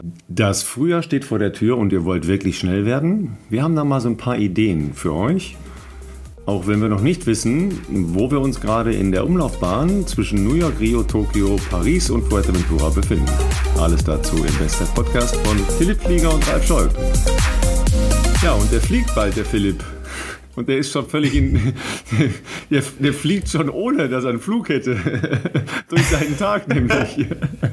Das Frühjahr steht vor der Tür und ihr wollt wirklich schnell werden? Wir haben da mal so ein paar Ideen für euch. Auch wenn wir noch nicht wissen, wo wir uns gerade in der Umlaufbahn zwischen New York, Rio, Tokio, Paris und Fuerteventura befinden. Alles dazu im besten Podcast von Philipp Flieger und Ralf Scholk. Ja, und der fliegt bald, der Philipp. Und der ist schon völlig der fliegt schon ohne, dass er einen Flug hätte. Durch seinen Tag nämlich.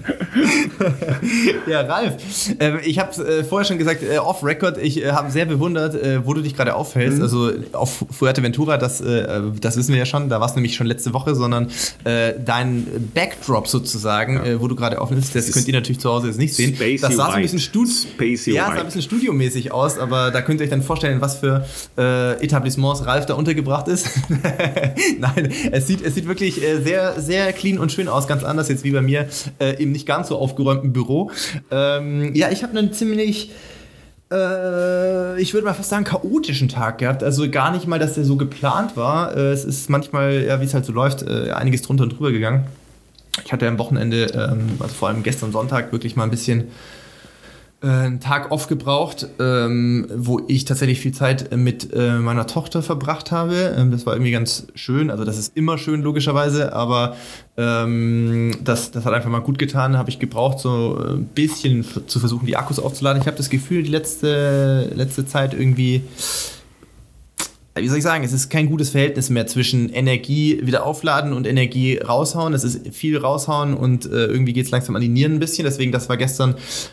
Ja, Ralf, ich habe es vorher schon gesagt, off-Record, ich habe sehr bewundert, wo du dich gerade aufhältst. Also auf Fuerteventura, das wissen wir ja schon, da warst du nämlich schon letzte Woche, sondern dein Backdrop sozusagen, wo du gerade aufhältst, das könnt ihr natürlich zu Hause jetzt nicht sehen. Das sah so ein bisschen sah ein bisschen studiomäßig aus, aber da könnt ihr euch dann vorstellen, was für Etablissements Ralf da untergebracht ist. Nein, es sieht wirklich sehr, sehr clean und schön aus, ganz anders jetzt wie bei mir im nicht ganz so aufgeräumten Büro. Ja, ich habe einen ziemlich, ich würde mal fast sagen, chaotischen Tag gehabt. Also gar nicht mal, dass der so geplant war. Es ist manchmal, ja, wie es halt so läuft, einiges drunter und drüber gegangen. Ich hatte am Wochenende, also vor allem gestern Sonntag, wirklich mal ein bisschen einen Tag off gebraucht, wo ich tatsächlich viel Zeit mit meiner Tochter verbracht habe. Das war irgendwie ganz schön. Also das ist immer schön, logischerweise, aber das hat einfach mal gut getan. Habe ich gebraucht, so ein bisschen zu versuchen, die Akkus aufzuladen. Ich habe das Gefühl, die letzte Zeit irgendwie, wie soll ich sagen, es ist kein gutes Verhältnis mehr zwischen Energie wieder aufladen und Energie raushauen. Es ist viel raushauen und irgendwie geht es langsam an die Nieren ein bisschen. Deswegen, das war gestern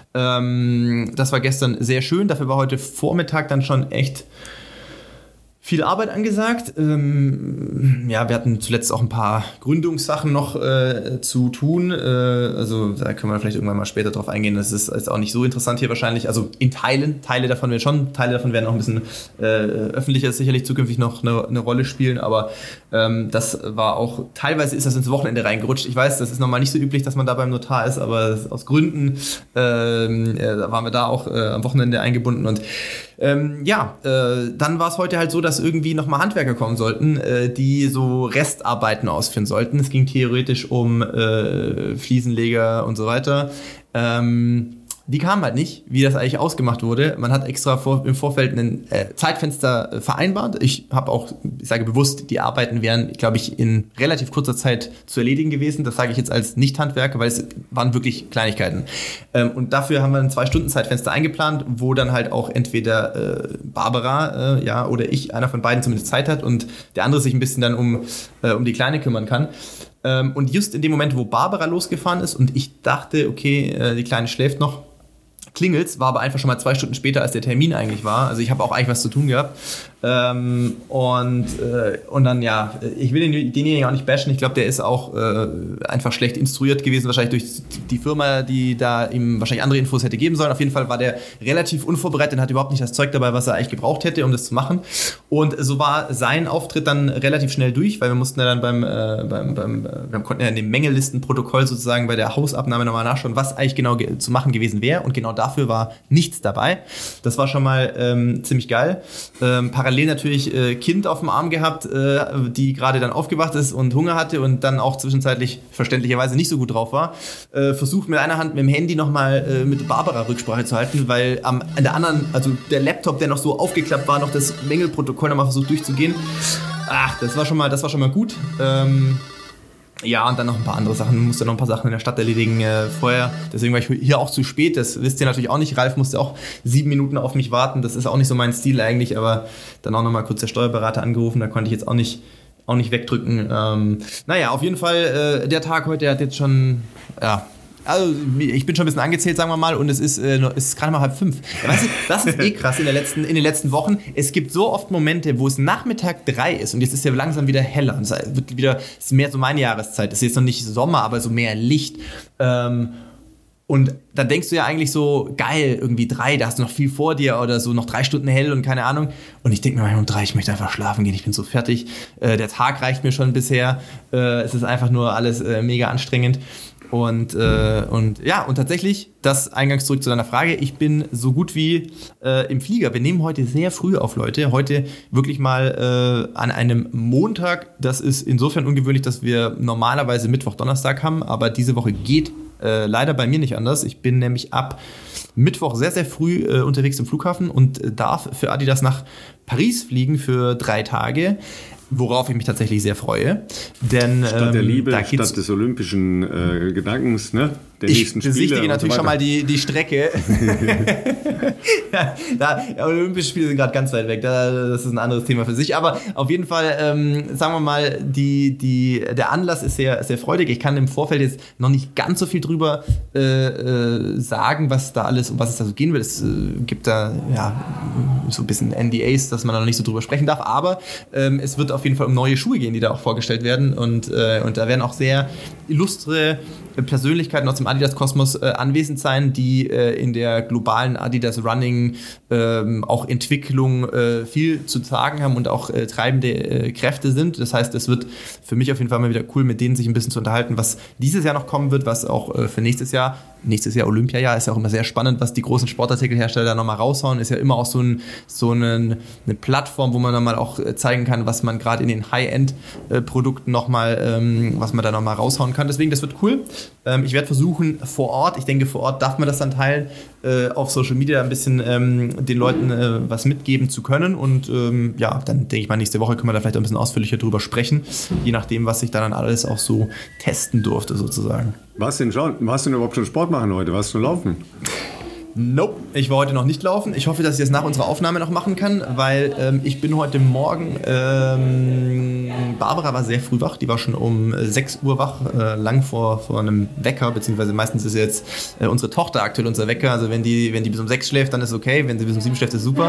sehr schön. Dafür war heute Vormittag dann schon echt viel Arbeit angesagt. Ja, wir hatten zuletzt auch ein paar Gründungssachen noch zu tun. Also da können wir vielleicht irgendwann mal später drauf eingehen. Das ist auch nicht so interessant hier wahrscheinlich. Also in Teile davon werden schon, Teile davon werden auch ein bisschen öffentlicher sicherlich zukünftig noch eine Rolle spielen. Aber das war auch, teilweise ist das ins Wochenende reingerutscht. Ich weiß, das ist normal nicht so üblich, dass man da beim Notar ist, aber aus Gründen waren wir da auch am Wochenende eingebunden. Und dann war es heute halt so, dass irgendwie nochmal Handwerker kommen sollten, die so Restarbeiten ausführen sollten. Es ging theoretisch um Fliesenleger und so weiter. Die kamen halt nicht, wie das eigentlich ausgemacht wurde. Man hat extra im Vorfeld ein Zeitfenster vereinbart. Ich sage bewusst, die Arbeiten wären, glaube ich, in relativ kurzer Zeit zu erledigen gewesen. Das sage ich jetzt als Nicht-Handwerker, weil es waren wirklich Kleinigkeiten. Und dafür haben wir ein 2-Stunden-Zeitfenster eingeplant, wo dann halt auch entweder Barbara oder ich, einer von beiden zumindest Zeit hat und der andere sich ein bisschen dann um die Kleine kümmern kann. Und just in dem Moment, wo Barbara losgefahren ist und ich dachte, okay, die Kleine schläft noch, klingelt's, war aber einfach schon mal 2 Stunden später, als der Termin eigentlich war. Also ich habe auch eigentlich was zu tun gehabt. Und dann, ja, ich will denjenigen auch nicht bashen. Ich glaube, der ist auch einfach schlecht instruiert gewesen, wahrscheinlich durch die Firma, die da ihm wahrscheinlich andere Infos hätte geben sollen. Auf jeden Fall war der relativ unvorbereitet und hat überhaupt nicht das Zeug dabei, was er eigentlich gebraucht hätte, um das zu machen. Und so war sein Auftritt dann relativ schnell durch, weil wir mussten ja dann wir konnten ja in dem Mängelistenprotokoll sozusagen bei der Hausabnahme nochmal nachschauen, was eigentlich genau zu machen gewesen wäre. Und genau dafür war nichts dabei. Das war schon mal ziemlich geil. Parallel natürlich Kind auf dem Arm gehabt, die gerade dann aufgewacht ist und Hunger hatte und dann auch zwischenzeitlich verständlicherweise nicht so gut drauf war. Versucht mit einer Hand mit dem Handy nochmal mit Barbara Rücksprache zu halten, weil an der anderen, also der Laptop, der noch so aufgeklappt war, noch das Mängelprotokoll nochmal versucht durchzugehen. Ach, das war schon mal gut. Ja, und dann noch ein paar andere Sachen. Man musste noch ein paar Sachen in der Stadt erledigen vorher. Deswegen war ich hier auch zu spät. Das wisst ihr natürlich auch nicht. Ralf musste auch 7 Minuten auf mich warten. Das ist auch nicht so mein Stil eigentlich. Aber dann auch noch mal kurz der Steuerberater angerufen. Da konnte ich jetzt auch nicht wegdrücken. Naja, auf jeden Fall, der Tag heute hat jetzt schon, ja, also ich bin schon ein bisschen angezählt, sagen wir mal, und es ist gerade mal 4:30. Ja, weißt du, das ist krass in den letzten Wochen. Es gibt so oft Momente, wo es Nachmittag 3 ist und jetzt ist ja langsam wieder heller. Es ist mehr so meine Jahreszeit. Es ist jetzt noch nicht Sommer, aber so mehr Licht. Und dann denkst du ja eigentlich so, geil, irgendwie 3, da hast du noch viel vor dir oder so, noch 3 Stunden hell und keine Ahnung. Und ich denke mir manchmal um 3, ich möchte einfach schlafen gehen, ich bin so fertig. Der Tag reicht mir schon bisher. Es ist einfach nur alles mega anstrengend. Und tatsächlich, das eingangs zurück zu deiner Frage, ich bin so gut wie im Flieger. Wir nehmen heute sehr früh auf, Leute. Heute wirklich mal an einem Montag. Das ist insofern ungewöhnlich, dass wir normalerweise Mittwoch, Donnerstag haben, aber diese Woche geht leider bei mir nicht anders. Ich bin nämlich ab Mittwoch sehr, sehr früh unterwegs im Flughafen und darf für Adidas nach Paris fliegen für 3 Tage. Worauf ich mich tatsächlich sehr freue. Denn, Stadt der Liebe, statt des olympischen Gedankens, ne? Der nächsten Spiele. Ich besichtige natürlich schon mal die Strecke. Olympische Spiele sind gerade ganz weit weg. Das ist ein anderes Thema für sich. Aber auf jeden Fall, sagen wir mal, der Anlass ist sehr, sehr freudig. Ich kann im Vorfeld jetzt noch nicht ganz so viel drüber sagen, was da alles, um was es da so gehen wird. Es gibt da so ein bisschen NDAs, dass man da noch nicht so drüber sprechen darf. Aber es wird auf jeden Fall um neue Schuhe gehen, die da auch vorgestellt werden. Und da werden auch sehr illustre Persönlichkeiten aus dem Adidas-Kosmos anwesend sein, die in der globalen Adidas Running auch Entwicklung viel zu sagen haben und auch treibende Kräfte sind. Das heißt, es wird für mich auf jeden Fall mal wieder cool, mit denen sich ein bisschen zu unterhalten, was dieses Jahr noch kommen wird, was auch für nächstes Jahr Olympiajahr, ist ja auch immer sehr spannend, was die großen Sportartikelhersteller da nochmal raushauen, ist ja immer auch so eine Plattform, wo man dann mal auch zeigen kann, was man gerade in den High-End-Produkten nochmal, was man da nochmal raushauen kann. Deswegen, das wird cool. Ich werde versuchen, vor Ort darf man das dann teilen, auf Social Media ein bisschen den Leuten was mitgeben zu können. Und dann denke ich mal, nächste Woche können wir da vielleicht ein bisschen ausführlicher drüber sprechen, je nachdem, was ich dann alles auch so testen durfte, sozusagen. Was denn schon? Warst du denn überhaupt schon Sport machen heute? Warst du laufen? Nope, ich war heute noch nicht laufen. Ich hoffe, dass ich das nach unserer Aufnahme noch machen kann, weil ich bin heute Morgen, Barbara war sehr früh wach, die war schon um 6 Uhr wach, lang vor einem Wecker, beziehungsweise meistens ist jetzt unsere Tochter aktuell unser Wecker, also wenn die bis um 6 schläft, dann ist okay, wenn sie bis um 7 schläft, ist super.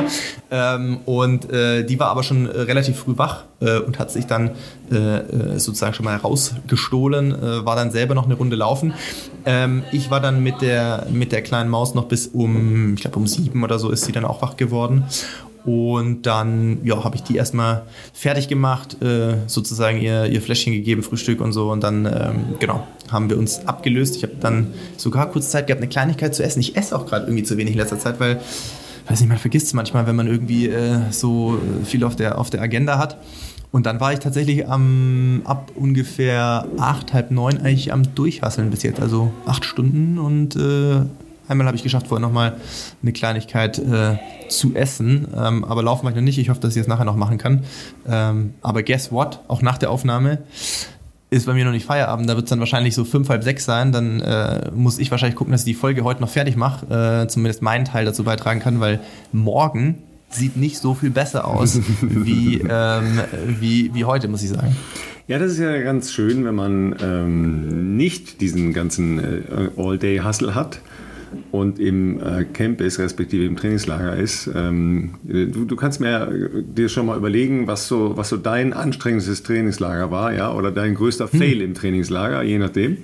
Die war aber schon relativ früh wach und hat sich dann sozusagen schon mal rausgestohlen, war dann selber noch eine Runde laufen. Ich war dann mit der kleinen Maus noch bis um 7 oder so ist sie dann auch wach geworden. Und dann habe ich die erstmal fertig gemacht, sozusagen ihr Fläschchen gegeben, Frühstück und so. Und dann haben wir uns abgelöst. Ich habe dann sogar kurz Zeit gehabt, eine Kleinigkeit zu essen. Ich esse auch gerade irgendwie zu wenig in letzter Zeit, weil, weiß nicht, man vergisst es manchmal, wenn man irgendwie so viel auf der Agenda hat. Und dann war ich tatsächlich ab ungefähr 8, halb 9 eigentlich am Durchhasseln bis jetzt. Also 8 Stunden und einmal habe ich geschafft, vorher nochmal eine Kleinigkeit zu essen. Aber laufen war ich noch nicht. Ich hoffe, dass ich das nachher noch machen kann. Aber guess what? Auch nach der Aufnahme ist bei mir noch nicht Feierabend. Da wird es dann wahrscheinlich so 5, halb 6 sein. Dann muss ich wahrscheinlich gucken, dass ich die Folge heute noch fertig mache. Zumindest meinen Teil dazu beitragen kann, weil morgen sieht nicht so viel besser aus wie heute, muss ich sagen. Ja, das ist ja ganz schön, wenn man nicht diesen ganzen All-Day-Hustle hat und im Camp ist, respektive im Trainingslager ist. Du kannst dir schon mal überlegen, was so dein anstrengendstes Trainingslager war, ja, oder dein größter Fail im Trainingslager, je nachdem.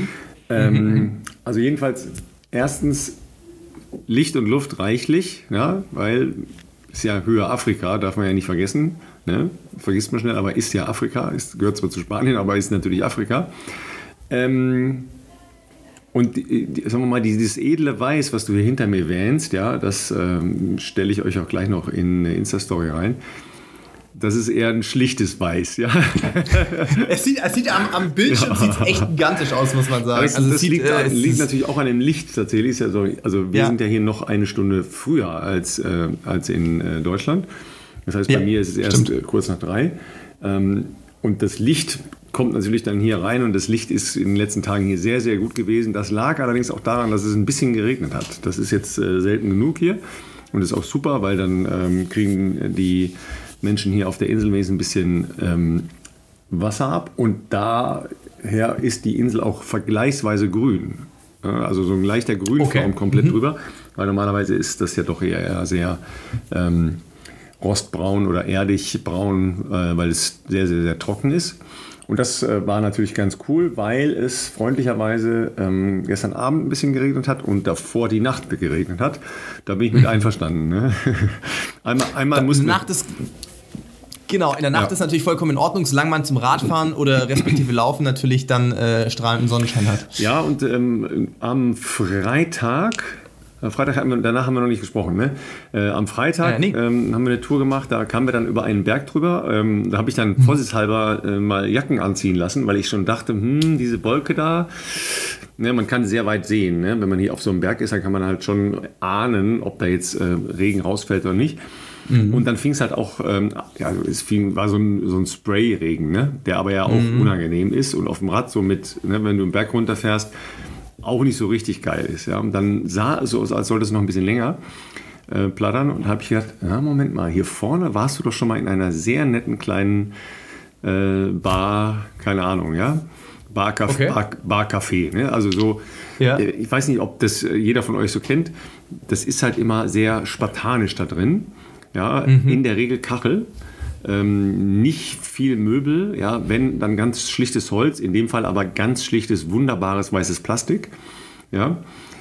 Also jedenfalls erstens Licht und Luft reichlich, ja, weil ist ja höher Afrika, darf man ja nicht vergessen. Ne? Vergisst man schnell, aber ist ja Afrika. Gehört zwar zu Spanien, aber ist natürlich Afrika. Und sagen wir mal, dieses edle Weiß, was du hier hinter mir wähnst, ja, das stelle ich euch auch gleich noch in eine Insta-Story rein. Das ist eher ein schlichtes Weiß, ja. Es sieht am Bildschirm echt gigantisch aus, muss man sagen. Das liegt natürlich auch an dem Licht tatsächlich. Ist ja so, also wir sind ja hier noch eine Stunde früher als in Deutschland. Das heißt, bei mir ist es erst kurz nach 3. Und das Licht kommt natürlich dann hier rein und das Licht ist in den letzten Tagen hier sehr, sehr gut gewesen. Das lag allerdings auch daran, dass es ein bisschen geregnet hat. Das ist jetzt selten genug hier und ist auch super, weil dann kriegen die Menschen hier auf der Insel ein bisschen Wasser ab und daher ist die Insel auch vergleichsweise grün. Also so ein leichter Grünflaum komplett drüber, weil normalerweise ist das ja doch eher sehr rostbraun oder erdig braun, weil es sehr, sehr, sehr trocken ist. Und das war natürlich ganz cool, weil es freundlicherweise gestern Abend ein bisschen geregnet hat und davor die Nacht geregnet hat. Da bin ich mit einverstanden. Ne? Einmal muss Genau, in der Nacht ist natürlich vollkommen in Ordnung, solange man zum Radfahren oder respektive Laufen natürlich dann strahlenden Sonnenschein hat. Ja, und am Freitag Freitag danach haben wir noch nicht gesprochen. Ne? Am Freitag nee. haben wir eine Tour gemacht, da kamen wir dann über einen Berg drüber. Da habe ich dann vorsichtshalber mal Jacken anziehen lassen, weil ich schon dachte, diese Wolke da, ne, man kann sehr weit sehen. Ne? Wenn man hier auf so einem Berg ist, dann kann man halt schon ahnen, ob da jetzt Regen rausfällt oder nicht. Und dann fing es halt auch, war so ein Spray-Regen, ne? Der aber ja auch unangenehm ist und auf dem Rad so mit, ne, wenn du einen Berg runterfährst, auch nicht so richtig geil ist. Ja? Und dann sah es so aus, als sollte es noch ein bisschen länger plattern. Und habe ich gedacht, Moment mal, hier vorne warst du doch schon mal in einer sehr netten kleinen Bar, keine Ahnung, ja? Bar-Café. Ne? Also so, ich weiß nicht, ob das jeder von euch so kennt. Das ist halt immer sehr spartanisch da drin. Ja, in der Regel Kachel, nicht viel Möbel, ja, wenn dann ganz schlichtes Holz, in dem Fall aber ganz schlichtes, wunderbares weißes Plastik, ja.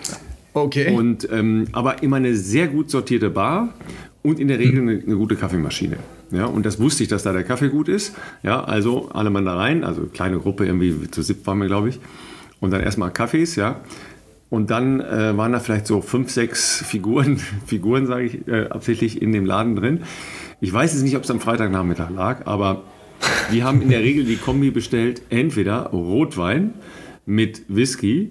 Okay. Und aber immer eine sehr gut sortierte Bar und in der Regel eine gute Kaffeemaschine. Ja, und das wusste ich, dass da der Kaffee gut ist. Ja, also alle Mann da rein, also kleine Gruppe, irgendwie zu 7 waren wir, glaube ich. Und dann erstmal Kaffees, ja. Und dann waren da vielleicht so 5, 6 Figuren sage ich absichtlich, in dem Laden drin. Ich weiß jetzt nicht, ob es am Freitagnachmittag lag, aber die haben in der Regel die Kombi bestellt, entweder Rotwein mit Whisky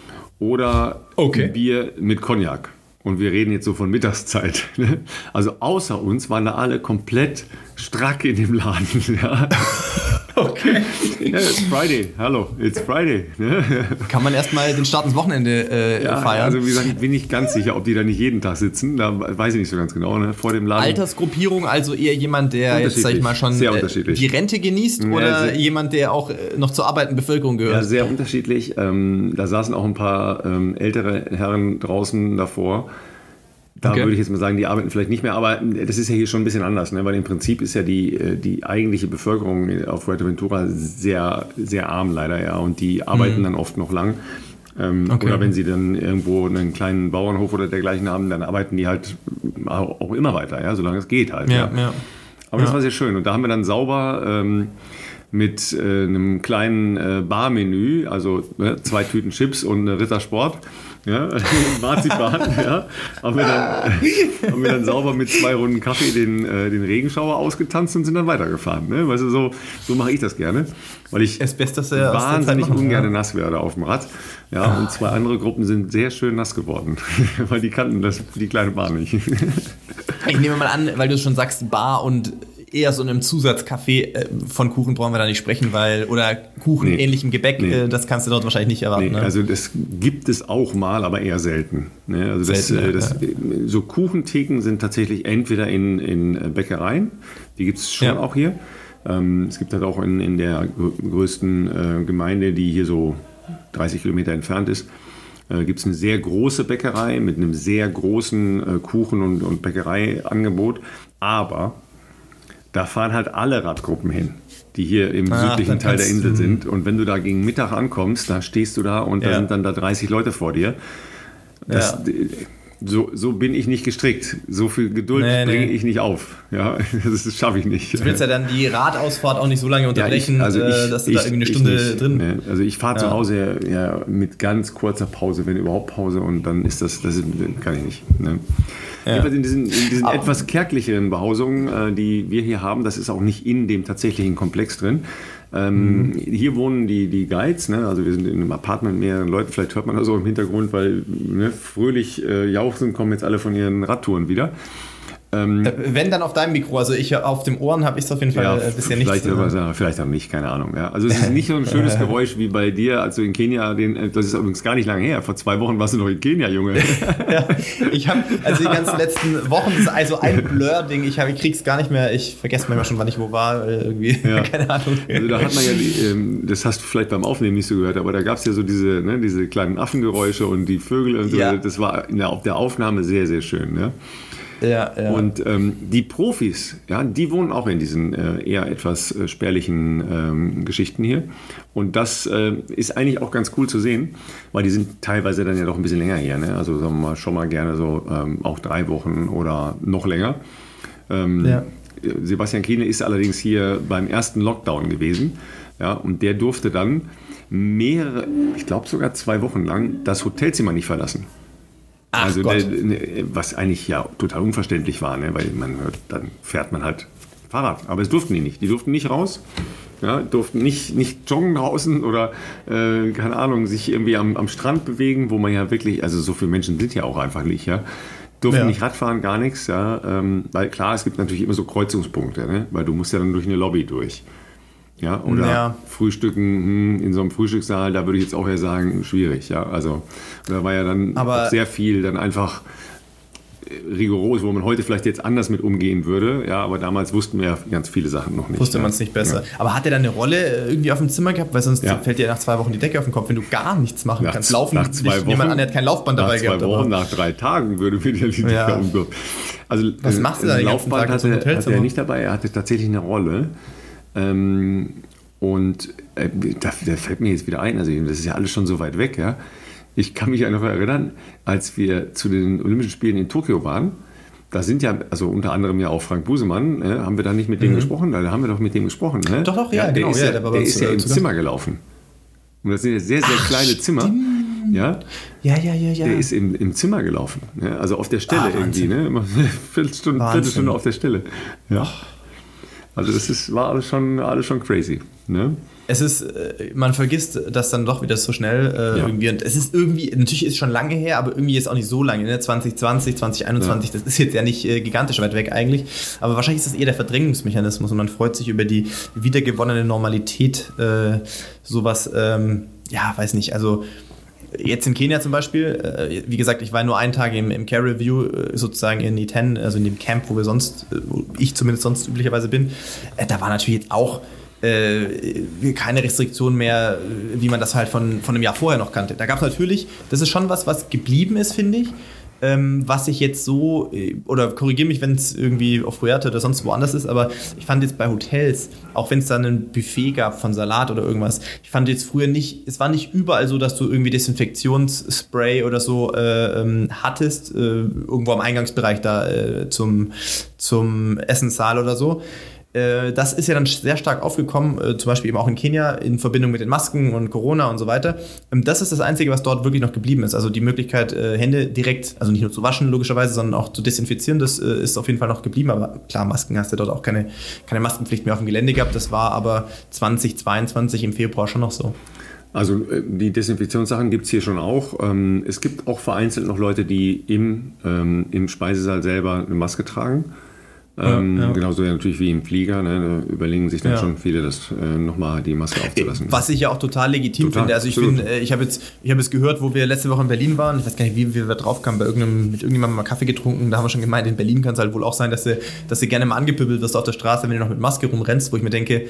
oder Bier mit Cognac. Und wir reden jetzt so von Mittagszeit. Ne? Also außer uns waren da alle komplett strack in dem Laden. Ja. Okay. Ja, it's Friday. Hallo, it's Friday. Ne? Kann man erstmal den Start ins Wochenende feiern? Also wie gesagt, ich bin nicht ganz sicher, ob die da nicht jeden Tag sitzen. Da weiß ich nicht so ganz genau. Ne? Vor dem Laden. Altersgruppierung, also eher jemand, der jetzt, sag ich mal, schon die Rente genießt oder jemand, der auch noch zur arbeitenden Bevölkerung gehört? Ja, sehr unterschiedlich. Da saßen auch ein paar ältere Herren draußen davor. Da würde ich jetzt mal sagen, die arbeiten vielleicht nicht mehr, aber das ist ja hier schon ein bisschen anders, ne? Weil im Prinzip ist ja die eigentliche Bevölkerung auf Fuerteventura sehr, sehr arm leider, ja, und die arbeiten dann oft noch lang. Oder wenn sie dann irgendwo einen kleinen Bauernhof oder dergleichen haben, dann arbeiten die halt auch immer weiter, ja, solange es geht halt. Ja. Aber das war sehr schön und da haben wir dann sauber mit einem kleinen Barmenü, also 2 Tüten Chips und eine Rittersport, ja, Marzipan, ja, haben wir dann sauber mit 2 Runden Kaffee den Regenschauer ausgetanzt und sind dann weitergefahren. Ne? Weißt du, so mache ich das gerne, weil ich wahnsinnig ungern nass werde auf dem Rad. Ja, und 2 andere Gruppen sind sehr schön nass geworden, weil die kannten die kleine Bar nicht. Ich nehme mal an, weil du schon sagst, Bar und eher so einem Zusatzkaffee, von Kuchen brauchen wir da nicht sprechen, oder Kuchen ähnlichem Gebäck, das kannst du dort wahrscheinlich nicht erwarten. Nee, ne? Also das gibt es auch mal, aber eher selten. Ne? Also so Kuchentheken sind tatsächlich entweder in Bäckereien, die gibt es schon auch hier. Es gibt halt auch in der größten Gemeinde, die hier so 30 Kilometer entfernt ist, gibt es eine sehr große Bäckerei mit einem sehr großen Kuchen- und Bäckereiangebot, aber da fahren halt alle Radgruppen hin, die hier im südlichen Teil der Insel sind. Und wenn du da gegen Mittag ankommst, da stehst du da und da sind dann da 30 Leute vor dir. So bin ich nicht gestrickt. So viel Geduld bringe ich nicht auf. Ja, das schaffe ich nicht. Du willst ja dann die Radausfahrt auch nicht so lange unterbrechen, dass du da irgendwie eine Stunde drin... Ne. Also ich fahre zu Hause mit ganz kurzer Pause, wenn überhaupt Pause. Und dann ist das kann ich nicht. Ne. Ja. In diesen etwas kärglicheren Behausungen, die wir hier haben, das ist auch nicht in dem tatsächlichen Komplex drin. Hier wohnen die Guides, ne? Also wir sind in einem Apartment mit mehreren Leuten, vielleicht hört man das auch im Hintergrund, weil fröhlich jauchzen, kommen jetzt alle von ihren Radtouren wieder. Wenn dann auf deinem Mikro, also ich auf dem Ohren habe ich es auf jeden Fall bisher nicht. Vielleicht auch nicht, keine Ahnung. Ja. Also es ist nicht so ein schönes Geräusch wie bei dir, als du in Kenia, das ist übrigens gar nicht lange her, vor 2 Wochen warst du noch in Kenia, Junge. Ja, ich habe also die ganzen letzten Wochen, das ist also ein Blur-Ding, ich krieg's gar nicht mehr, ich vergesse manchmal schon, wann ich wo war, irgendwie, keine Ahnung. Also da hat man ja, das hast du vielleicht beim Aufnehmen nicht so gehört, aber da gab es ja so diese kleinen Affengeräusche und die Vögel und so, das war auf der Aufnahme sehr, sehr schön, ne? Ja. Und die Profis, die wohnen auch in diesen eher etwas spärlichen Geschichten hier. Und das ist eigentlich auch ganz cool zu sehen, weil die sind teilweise dann ja doch ein bisschen länger hier. Ne? Also sagen wir mal, schon mal gerne so auch 3 Wochen oder noch länger. Sebastian Kienle ist allerdings hier beim ersten Lockdown gewesen. Ja, und der durfte dann ich glaube sogar 2 Wochen lang, das Hotelzimmer nicht verlassen. Ach also Gott. was eigentlich ja total unverständlich war, ne? Weil dann fährt man halt Fahrrad. Aber es durften die nicht. Die durften nicht raus. Ja, durften nicht joggen draußen oder, keine Ahnung, sich irgendwie am Strand bewegen, wo man ja wirklich, also so viele Menschen sind ja auch einfach nicht, ja. Durften nicht Radfahren, gar nichts, ja. Weil klar, es gibt natürlich immer so Kreuzungspunkte, ne? Weil du musst ja dann durch eine Lobby durch. Ja, oder Frühstücken in so einem Frühstückssaal, da würde ich jetzt auch eher sagen, schwierig, ja. Also da war ja dann auch sehr viel dann einfach rigoros, wo man heute vielleicht jetzt anders mit umgehen würde, ja, aber damals wussten wir ja ganz viele Sachen noch nicht. Wusste man es nicht besser. Ja. Aber hat er da eine Rolle irgendwie auf dem Zimmer gehabt? Weil sonst fällt dir nach 2 Wochen die Decke auf den Kopf, wenn du gar nichts machen kannst. Laufen, nach 2 Wochen, jemand an, der hat kein Laufband dabei gehabt. Nach 2 Wochen, nach 3 Tagen würde mir die Decke umgehen. Also was machst du da? Laufband hatte er nicht dabei, er hatte tatsächlich eine Rolle. Und da fällt mir jetzt wieder ein, also das ist ja alles schon so weit weg, ja. Ich kann mich ja noch erinnern, als wir zu den Olympischen Spielen in Tokio waren, da sind ja, also unter anderem ja auch Frank Busemann, haben wir da nicht mit dem gesprochen? Da haben wir doch mit dem gesprochen. Ne? Doch, ja, genau. Der ist ja im Zimmer gelaufen. Und das sind ja sehr, sehr kleine Zimmer. Ja? Ja. Der ist im Zimmer gelaufen. Ja? Also auf der Stelle irgendwie. Ne? Immer Viertelstunde auf der Stelle. Ja. Also war alles schon crazy. Ne? Es ist, man vergisst das dann doch wieder so schnell irgendwie. Und es ist irgendwie, natürlich ist es schon lange her, aber irgendwie ist auch nicht so lange, ne? 2020, 2021, das ist jetzt ja nicht gigantisch weit weg eigentlich. Aber wahrscheinlich ist das eher der Verdrängungsmechanismus und man freut sich über die wiedergewonnene Normalität. Sowas, weiß nicht, also jetzt in Kenia zum Beispiel, wie gesagt, ich war nur 1 Tag im Care Review sozusagen in E10, also in dem Camp, wo ich zumindest sonst üblicherweise bin. Da war natürlich jetzt auch keine Restriktion mehr, wie man das halt von einem Jahr vorher noch kannte. Da gab es natürlich, das ist schon was geblieben ist, finde ich, was ich jetzt so, oder korrigiere mich, wenn es irgendwie auf Fuerte oder sonst woanders ist, aber ich fand jetzt bei Hotels, auch wenn es da ein Buffet gab von Salat oder irgendwas, ich fand jetzt früher nicht, es war nicht überall so, dass du irgendwie Desinfektionsspray oder so hattest, irgendwo am Eingangsbereich da zum Essenssaal oder so. Das ist ja dann sehr stark aufgekommen, zum Beispiel eben auch in Kenia in Verbindung mit den Masken und Corona und so weiter. Das ist das Einzige, was dort wirklich noch geblieben ist. Also die Möglichkeit, Hände direkt, also nicht nur zu waschen logischerweise, sondern auch zu desinfizieren, das ist auf jeden Fall noch geblieben. Aber klar, Masken hast du dort auch keine Maskenpflicht mehr auf dem Gelände gehabt. Das war aber 2022 im Februar schon noch so. Also die Desinfektionssachen gibt es hier schon auch. Es gibt auch vereinzelt noch Leute, die im Speisesaal selber eine Maske tragen. Genauso ja natürlich wie im Flieger, ne, da überlegen sich dann schon viele, das nochmal die Maske aufzulassen. Was ich ja auch total legitim finde. Also ich habe jetzt gehört, wo wir letzte Woche in Berlin waren, ich weiß gar nicht, wie wir drauf kamen, mit irgendjemandem mal Kaffee getrunken, da haben wir schon gemeint, in Berlin kann es halt wohl auch sein, dass du gerne mal angepöbelt wirst auf der Straße, wenn du noch mit Maske rumrennst, wo ich mir denke,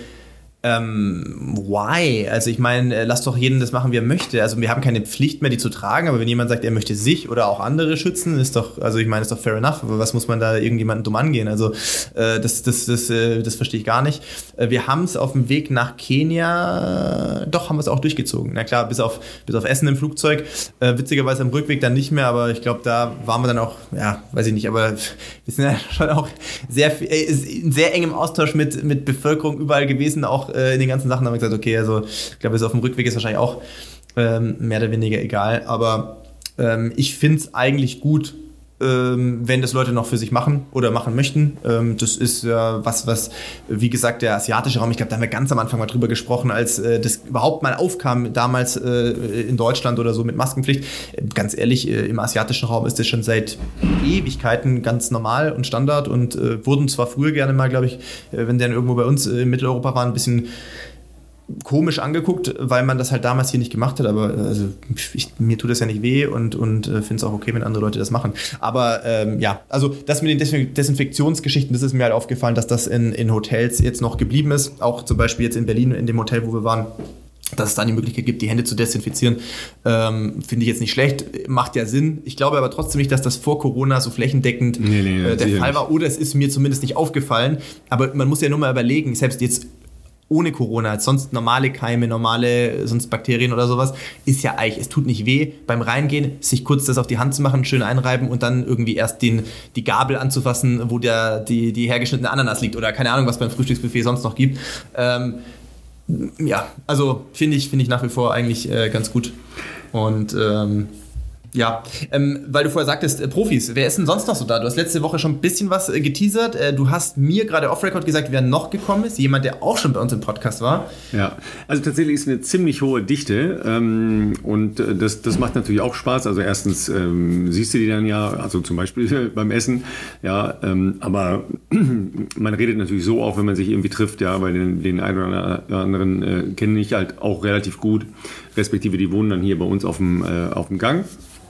why? Also ich meine, lass doch jeden das machen, wie er möchte. Also wir haben keine Pflicht mehr, die zu tragen, aber wenn jemand sagt, er möchte sich oder auch andere schützen, ist doch fair enough. Aber was muss man da irgendjemanden dumm angehen? Also das verstehe ich gar nicht. Wir haben es auf dem Weg nach Kenia, doch, haben wir es auch durchgezogen. Na klar, bis auf Essen im Flugzeug. Witzigerweise am Rückweg dann nicht mehr, aber ich glaube, da waren wir dann auch, ja, weiß ich nicht, aber wir sind ja schon auch in sehr engem Austausch mit Bevölkerung überall gewesen, auch in den ganzen Sachen haben wir gesagt, okay, also ich glaube, auf dem Rückweg ist wahrscheinlich auch mehr oder weniger egal, aber ich finde es eigentlich gut, wenn das Leute noch für sich machen oder machen möchten. Das ist was, wie gesagt, der asiatische Raum, ich glaube, da haben wir ganz am Anfang mal drüber gesprochen, als das überhaupt mal aufkam, damals in Deutschland oder so mit Maskenpflicht. Ganz ehrlich, im asiatischen Raum ist das schon seit Ewigkeiten ganz normal und Standard und wurden zwar früher gerne mal, glaube ich, wenn die dann irgendwo bei uns in Mitteleuropa waren, ein bisschen komisch angeguckt, weil man das halt damals hier nicht gemacht hat, aber also mir tut das ja nicht weh und finde es auch okay, wenn andere Leute das machen. Aber also das mit den Desinfektionsgeschichten, das ist mir halt aufgefallen, dass das in Hotels jetzt noch geblieben ist, auch zum Beispiel jetzt in Berlin, in dem Hotel, wo wir waren, dass es dann die Möglichkeit gibt, die Hände zu desinfizieren, finde ich jetzt nicht schlecht, macht ja Sinn. Ich glaube aber trotzdem nicht, dass das vor Corona so flächendeckend der Fall war, oder es ist mir zumindest nicht aufgefallen, aber man muss ja nur mal überlegen, selbst jetzt ohne Corona, sonst normale Keime, sonst Bakterien oder sowas, ist ja eigentlich, es tut nicht weh, beim Reingehen, sich kurz das auf die Hand zu machen, schön einreiben und dann irgendwie erst die Gabel anzufassen, wo die hergeschnittene Ananas liegt oder keine Ahnung, was beim Frühstücksbuffet sonst noch gibt. Also finde ich nach wie vor eigentlich ganz gut. Und Ja, weil du vorher sagtest, Profis, wer ist denn sonst noch so da? Du hast letzte Woche schon ein bisschen was geteasert. Du hast mir gerade off-Record gesagt, wer noch gekommen ist. Jemand, der auch schon bei uns im Podcast war. Ja, also tatsächlich ist eine ziemlich hohe Dichte und das macht natürlich auch Spaß. Also erstens siehst du die dann ja, also zum Beispiel beim Essen, ja, aber man redet natürlich so auch, wenn man sich irgendwie trifft, ja, weil den einen oder anderen kenne ich halt auch relativ gut, respektive die wohnen dann hier bei uns auf dem Gang.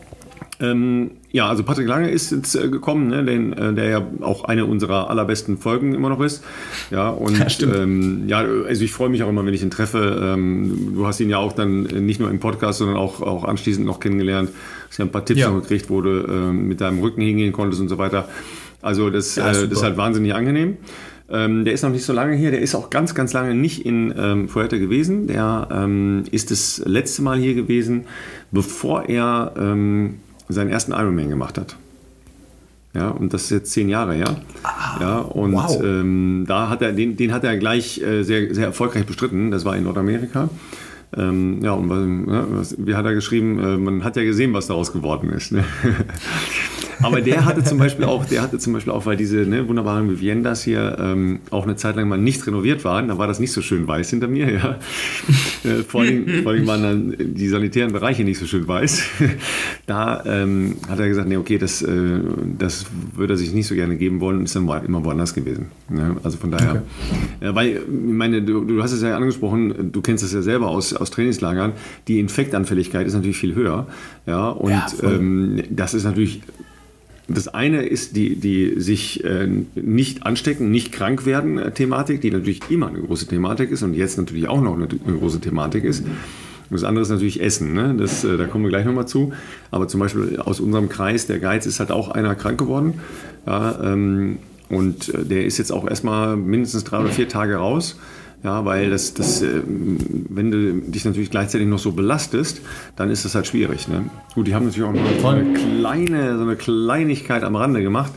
Ja, also Patrick Lange ist jetzt gekommen, ne, der ja auch eine unserer allerbesten Folgen immer noch ist. Ja, und ja, also ich freue mich auch immer, wenn ich ihn treffe. Du hast ihn ja auch dann nicht nur im Podcast, sondern auch anschließend noch kennengelernt. Hast ja ein paar Tipps noch gekriegt, wo du mit deinem Rücken hingehen konntest und so weiter. Also das ist halt wahnsinnig angenehm. Der ist noch nicht so lange hier, der ist auch ganz, ganz lange nicht in Fuerte gewesen. Der ist das letzte Mal hier gewesen, bevor er seinen ersten Ironman gemacht hat. Ja, und das ist jetzt 10 Jahre her. Ja, und da hat er, den hat er gleich sehr, sehr erfolgreich bestritten. Das war in Nordamerika. Ja, und wie hat er geschrieben? Man hat ja gesehen, was daraus geworden ist. Ne? Aber der hatte zum Beispiel auch, weil diese wunderbaren Viviendas hier auch eine Zeit lang mal nicht renoviert waren, da war das nicht so schön weiß hinter mir. Ja. Vor allem waren dann die sanitären Bereiche nicht so schön weiß. Da hat er gesagt, nee, okay, das würde er sich nicht so gerne geben wollen und ist dann immer woanders gewesen. Ja, also von daher, weil, ich meine, du hast es ja angesprochen, du kennst es ja selber aus Trainingslagern, die Infektanfälligkeit ist natürlich viel höher. Ja, und das ist natürlich... Das eine ist die sich nicht anstecken, nicht krank werden Thematik, die natürlich immer eine große Thematik ist und jetzt natürlich auch noch eine große Thematik ist. Und das andere ist natürlich Essen, ne? Da kommen wir gleich nochmal zu. Aber zum Beispiel aus unserem Kreis, der Geiz, ist halt auch einer krank geworden. Ja, und der ist jetzt auch erstmal mindestens 3 oder 4 Tage raus. Ja, weil wenn du dich natürlich gleichzeitig noch so belastest, dann ist das halt schwierig. Ne? Gut, die haben natürlich auch noch so eine Kleinigkeit am Rande gemacht.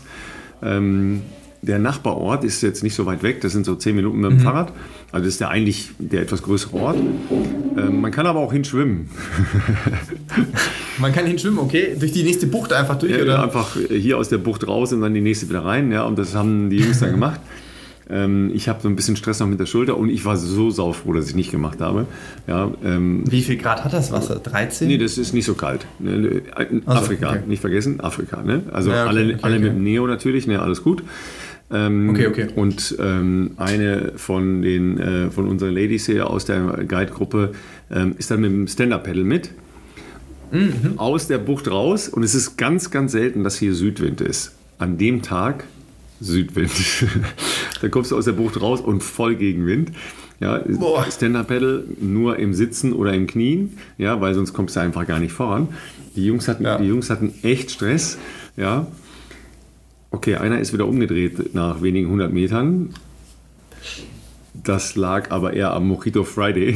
Der Nachbarort ist jetzt nicht so weit weg, das sind so 10 Minuten mit dem Fahrrad. Also das ist eigentlich der etwas größere Ort. Man kann aber auch hinschwimmen. Man kann hinschwimmen, okay? Durch die nächste Bucht einfach durch, ja, oder? Einfach hier aus der Bucht raus und dann die nächste wieder rein. Ja, und das haben die Jungs dann gemacht. Ich habe so ein bisschen Stress noch mit der Schulter und ich war so saufroh, dass ich nicht gemacht habe. Ja, wie viel Grad hat das Wasser? 13? Nee, das ist nicht so kalt. Afrika, okay. Nicht vergessen, Afrika. Ne? Also ja, okay, alle mit dem Neo natürlich, ne, alles gut. Okay. Und eine von unseren Ladies hier aus der Guide-Gruppe ist dann mit dem Stand-Up-Pedal mit. Aus der Bucht raus und es ist ganz, ganz selten, dass hier Südwind ist. An dem Tag Südwind. Da kommst du aus der Bucht raus und voll Gegenwind. Ja, Stand-Up-Pedal nur im Sitzen oder im Knien, ja, weil sonst kommst du einfach gar nicht voran. Die Jungs hatten echt Stress. Ja. Okay, einer ist wieder umgedreht nach wenigen 100 Metern. Das lag aber eher am Mojito Friday.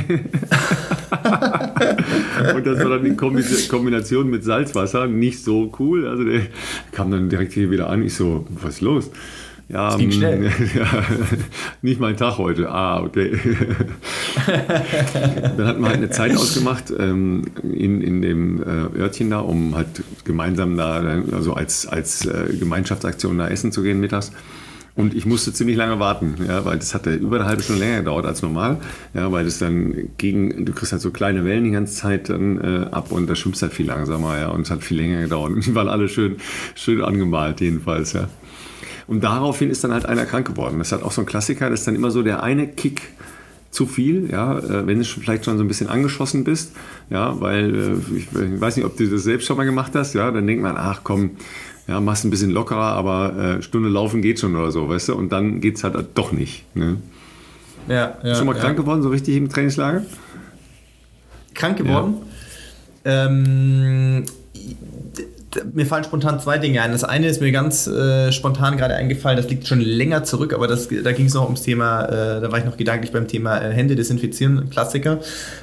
Und das war dann in Kombination mit Salzwasser nicht so cool. Also der kam dann direkt hier wieder an. Ich so, was ist los? Ja, das ging schnell. Ja, nicht mein Tag heute. Ah, okay. Dann hatten wir halt eine Zeit ausgemacht in dem Örtchen da, um halt gemeinsam da, also als Gemeinschaftsaktion da essen zu gehen mittags. Und ich musste ziemlich lange warten, ja, weil das hatte über eine halbe Stunde länger gedauert als normal, ja, weil das dann du kriegst halt so kleine Wellen die ganze Zeit dann ab und da schwimmst halt viel langsamer, ja, und es hat viel länger gedauert. Und die waren alle schön angemalt jedenfalls, ja. Und daraufhin ist dann halt einer krank geworden. Das ist halt auch so ein Klassiker, das ist dann immer so der eine Kick zu viel, ja, wenn du vielleicht schon so ein bisschen angeschossen bist, ja, weil ich weiß nicht, ob du das selbst schon mal gemacht hast, ja, dann denkt man, ach komm, ja, machst ein bisschen lockerer, aber Stunde laufen geht schon oder so, weißt du, und dann geht's halt doch nicht. Ne? Ja, schon mal krank geworden, so richtig im Trainingslager? Krank geworden? Ja. Mir fallen spontan 2 Dinge ein. Das eine ist mir ganz spontan gerade eingefallen, das liegt schon länger zurück, aber da ging es noch ums Thema, da war ich noch gedanklich beim Thema Hände desinfizieren, Klassiker.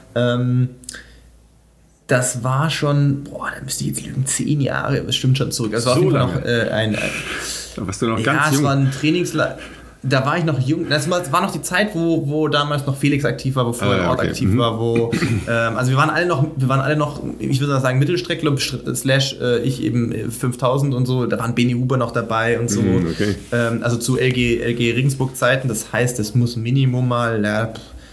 Das war schon, da müsste ich jetzt lügen, 10 Jahre bestimmt schon zurück. Das war so auf jeden Fall noch da warst du noch ganz jung. Ja, es war ein Da war ich noch jung. Das war noch die Zeit, wo damals noch Felix aktiv war, wo Florian Ort aktiv war, wo also wir waren alle noch, ich würde sagen, Mittelstreckler / ich eben 5000 und so. Da waren Benny Huber noch dabei und so. Okay. Also zu LG Regensburg Zeiten. Das heißt, es muss Minimum mal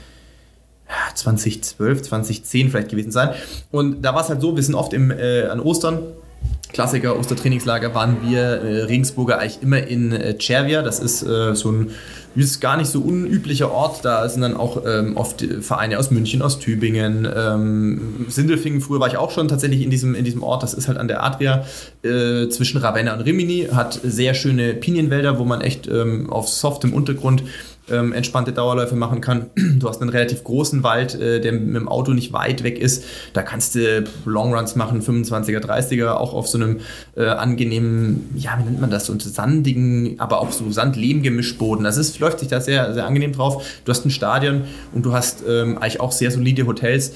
2012, 2010 vielleicht gewesen sein. Und da war es halt so, wir sind oft an Ostern, Klassiker, Ostertrainingslager, waren wir Regensburger eigentlich immer in Cervia. Das ist ist gar nicht so unüblicher Ort. Da sind dann auch oft Vereine aus München, aus Tübingen. Sindelfingen, früher war ich auch schon tatsächlich in diesem Ort. Das ist halt an der Adria zwischen Ravenna und Rimini. Hat sehr schöne Pinienwälder, wo man echt auf softem Untergrund entspannte Dauerläufe machen kann. Du hast einen relativ großen Wald, der mit dem Auto nicht weit weg ist. Da kannst du Longruns machen, 25er, 30er, auch auf so einem angenehmen, ja, wie nennt man das, so einen sandigen, aber auch so Sand-Lehm-Gemischboden. Das läuft sich da sehr, sehr angenehm drauf. Du hast ein Stadion und du hast eigentlich auch sehr solide Hotels,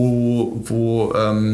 wo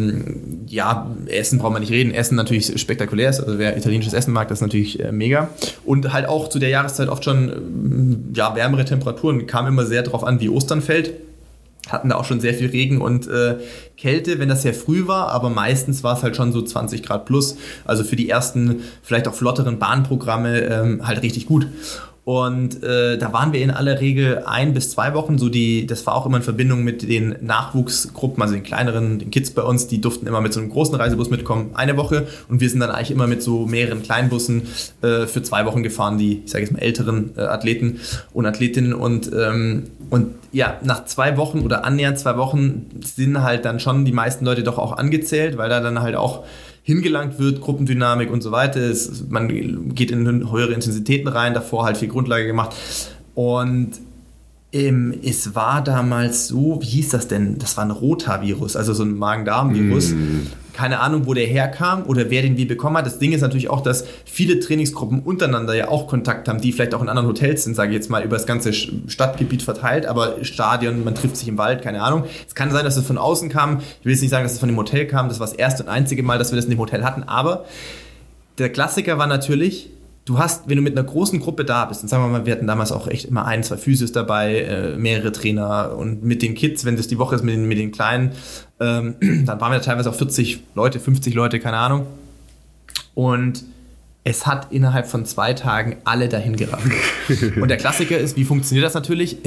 Essen braucht man nicht reden. Essen natürlich spektakulär ist, also wer italienisches Essen mag, das ist natürlich mega. Und halt auch zu der Jahreszeit oft schon, wärmere Temperaturen, kam immer sehr darauf an, wie Ostern fällt. Hatten da auch schon sehr viel Regen und Kälte, wenn das sehr früh war, aber meistens war es halt schon so 20 Grad plus. Also für die ersten, vielleicht auch flotteren Bahnprogramme halt richtig gut. Und da waren wir in aller Regel 1 bis 2 Wochen, das war auch immer in Verbindung mit den Nachwuchsgruppen, also den kleineren, den Kids bei uns, die durften immer mit so einem großen Reisebus mitkommen, 1 Woche, und wir sind dann eigentlich immer mit so mehreren Kleinbussen für 2 Wochen gefahren, die, ich sage jetzt mal, älteren Athleten und Athletinnen und ja, nach 2 Wochen oder annähernd 2 Wochen sind halt dann schon die meisten Leute doch auch angezählt, weil da dann halt auch hingelangt wird, Gruppendynamik und so weiter. Man geht in höhere Intensitäten rein, davor halt viel Grundlage gemacht. Und es war damals so, wie hieß das denn? Das war ein Rotavirus, also so ein Magen-Darm-Virus. Keine Ahnung, wo der herkam oder wer den wie bekommen hat. Das Ding ist natürlich auch, dass viele Trainingsgruppen untereinander ja auch Kontakt haben, die vielleicht auch in anderen Hotels sind, sage ich jetzt mal, über das ganze Stadtgebiet verteilt, aber Stadion, man trifft sich im Wald, keine Ahnung. Es kann sein, dass es von außen kam. Ich will jetzt nicht sagen, dass es von dem Hotel kam. Das war das erste und einzige Mal, dass wir das in dem Hotel hatten. Aber der Klassiker war natürlich, wenn du mit einer großen Gruppe da bist, und sagen wir mal, wir hatten damals auch echt immer 1, 2 Physios dabei, mehrere Trainer, und mit den Kids, wenn das die Woche ist mit den Kleinen, dann waren wir teilweise auch 40 Leute, 50 Leute, keine Ahnung. Und es hat innerhalb von 2 Tagen alle dahin gerafft. Und der Klassiker ist, wie funktioniert das natürlich?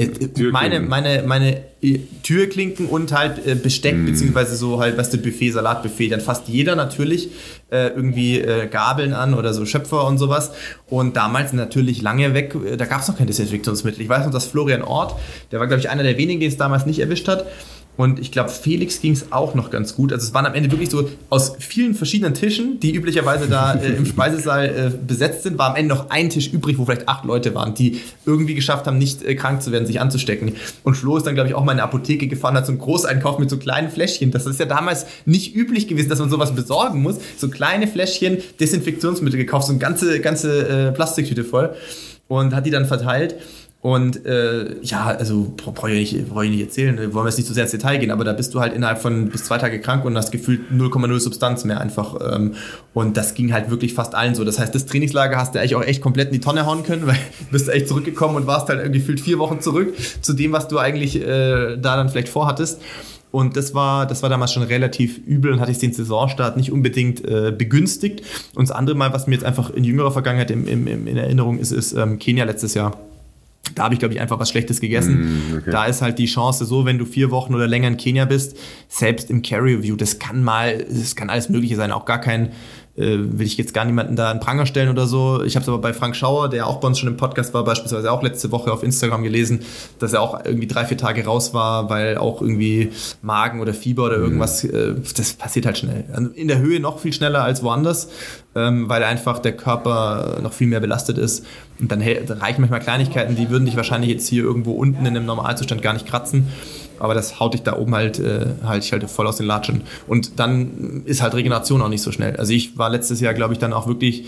Meine Türklinken und halt Besteck, beziehungsweise so halt, weißt du, Buffet, Salatbuffet, dann fasst jeder natürlich irgendwie Gabeln an oder so Schöpfer und sowas. Und damals natürlich lange weg, da gab es noch kein Desinfektionsmittel. Ich weiß noch, dass Florian Ort, der war, glaube ich, einer der wenigen, die es damals nicht erwischt hat. Und ich glaube, Felix ging es auch noch ganz gut. Also es waren am Ende wirklich so aus vielen verschiedenen Tischen, die üblicherweise da im Speisesaal besetzt sind, war am Ende noch ein Tisch übrig, wo vielleicht 8 Leute waren, die irgendwie geschafft haben, nicht krank zu werden, sich anzustecken. Und Flo ist dann, glaube ich, auch mal in eine Apotheke gefahren, hat so einen Großeinkauf mit so kleinen Fläschchen. Das ist ja damals nicht üblich gewesen, dass man sowas besorgen muss. So kleine Fläschchen Desinfektionsmittel gekauft, so eine ganze Plastiktüte voll, und hat die dann verteilt. Und also brauche ich nicht erzählen, wollen wir jetzt nicht so sehr ins Detail gehen, aber da bist du halt innerhalb von bis 2 Tage krank und hast gefühlt 0,0 Substanz mehr einfach. Und das ging halt wirklich fast allen so. Das heißt, das Trainingslager hast du eigentlich auch echt komplett in die Tonne hauen können, weil du bist echt zurückgekommen und warst halt gefühlt 4 Wochen zurück zu dem, was du eigentlich da dann vielleicht vorhattest. Und das war damals schon relativ übel und hatte ich den Saisonstart nicht unbedingt begünstigt. Und das andere Mal, was mir jetzt einfach in jüngerer Vergangenheit in Erinnerung ist Kenia letztes Jahr. Da habe ich, glaube ich, einfach was Schlechtes gegessen. Okay. Da ist halt die Chance so, wenn du 4 Wochen oder länger in Kenia bist, selbst im Carry-Review, das kann alles Mögliche sein, auch gar kein, will ich jetzt gar niemanden da in Pranger stellen oder so. Ich habe es aber bei Frank Schauer, der auch bei uns schon im Podcast war, beispielsweise auch letzte Woche auf Instagram gelesen, dass er auch irgendwie 3-4 Tage raus war, weil auch irgendwie Magen oder Fieber oder irgendwas, das passiert halt schnell. In der Höhe noch viel schneller als woanders, weil einfach der Körper noch viel mehr belastet ist. Und dann reichen manchmal Kleinigkeiten, die würden dich wahrscheinlich jetzt hier irgendwo unten in einem Normalzustand gar nicht kratzen. Aber das haut dich da oben halt voll aus den Latschen. Und dann ist halt Regeneration auch nicht so schnell. Also ich war letztes Jahr, glaube ich, dann auch wirklich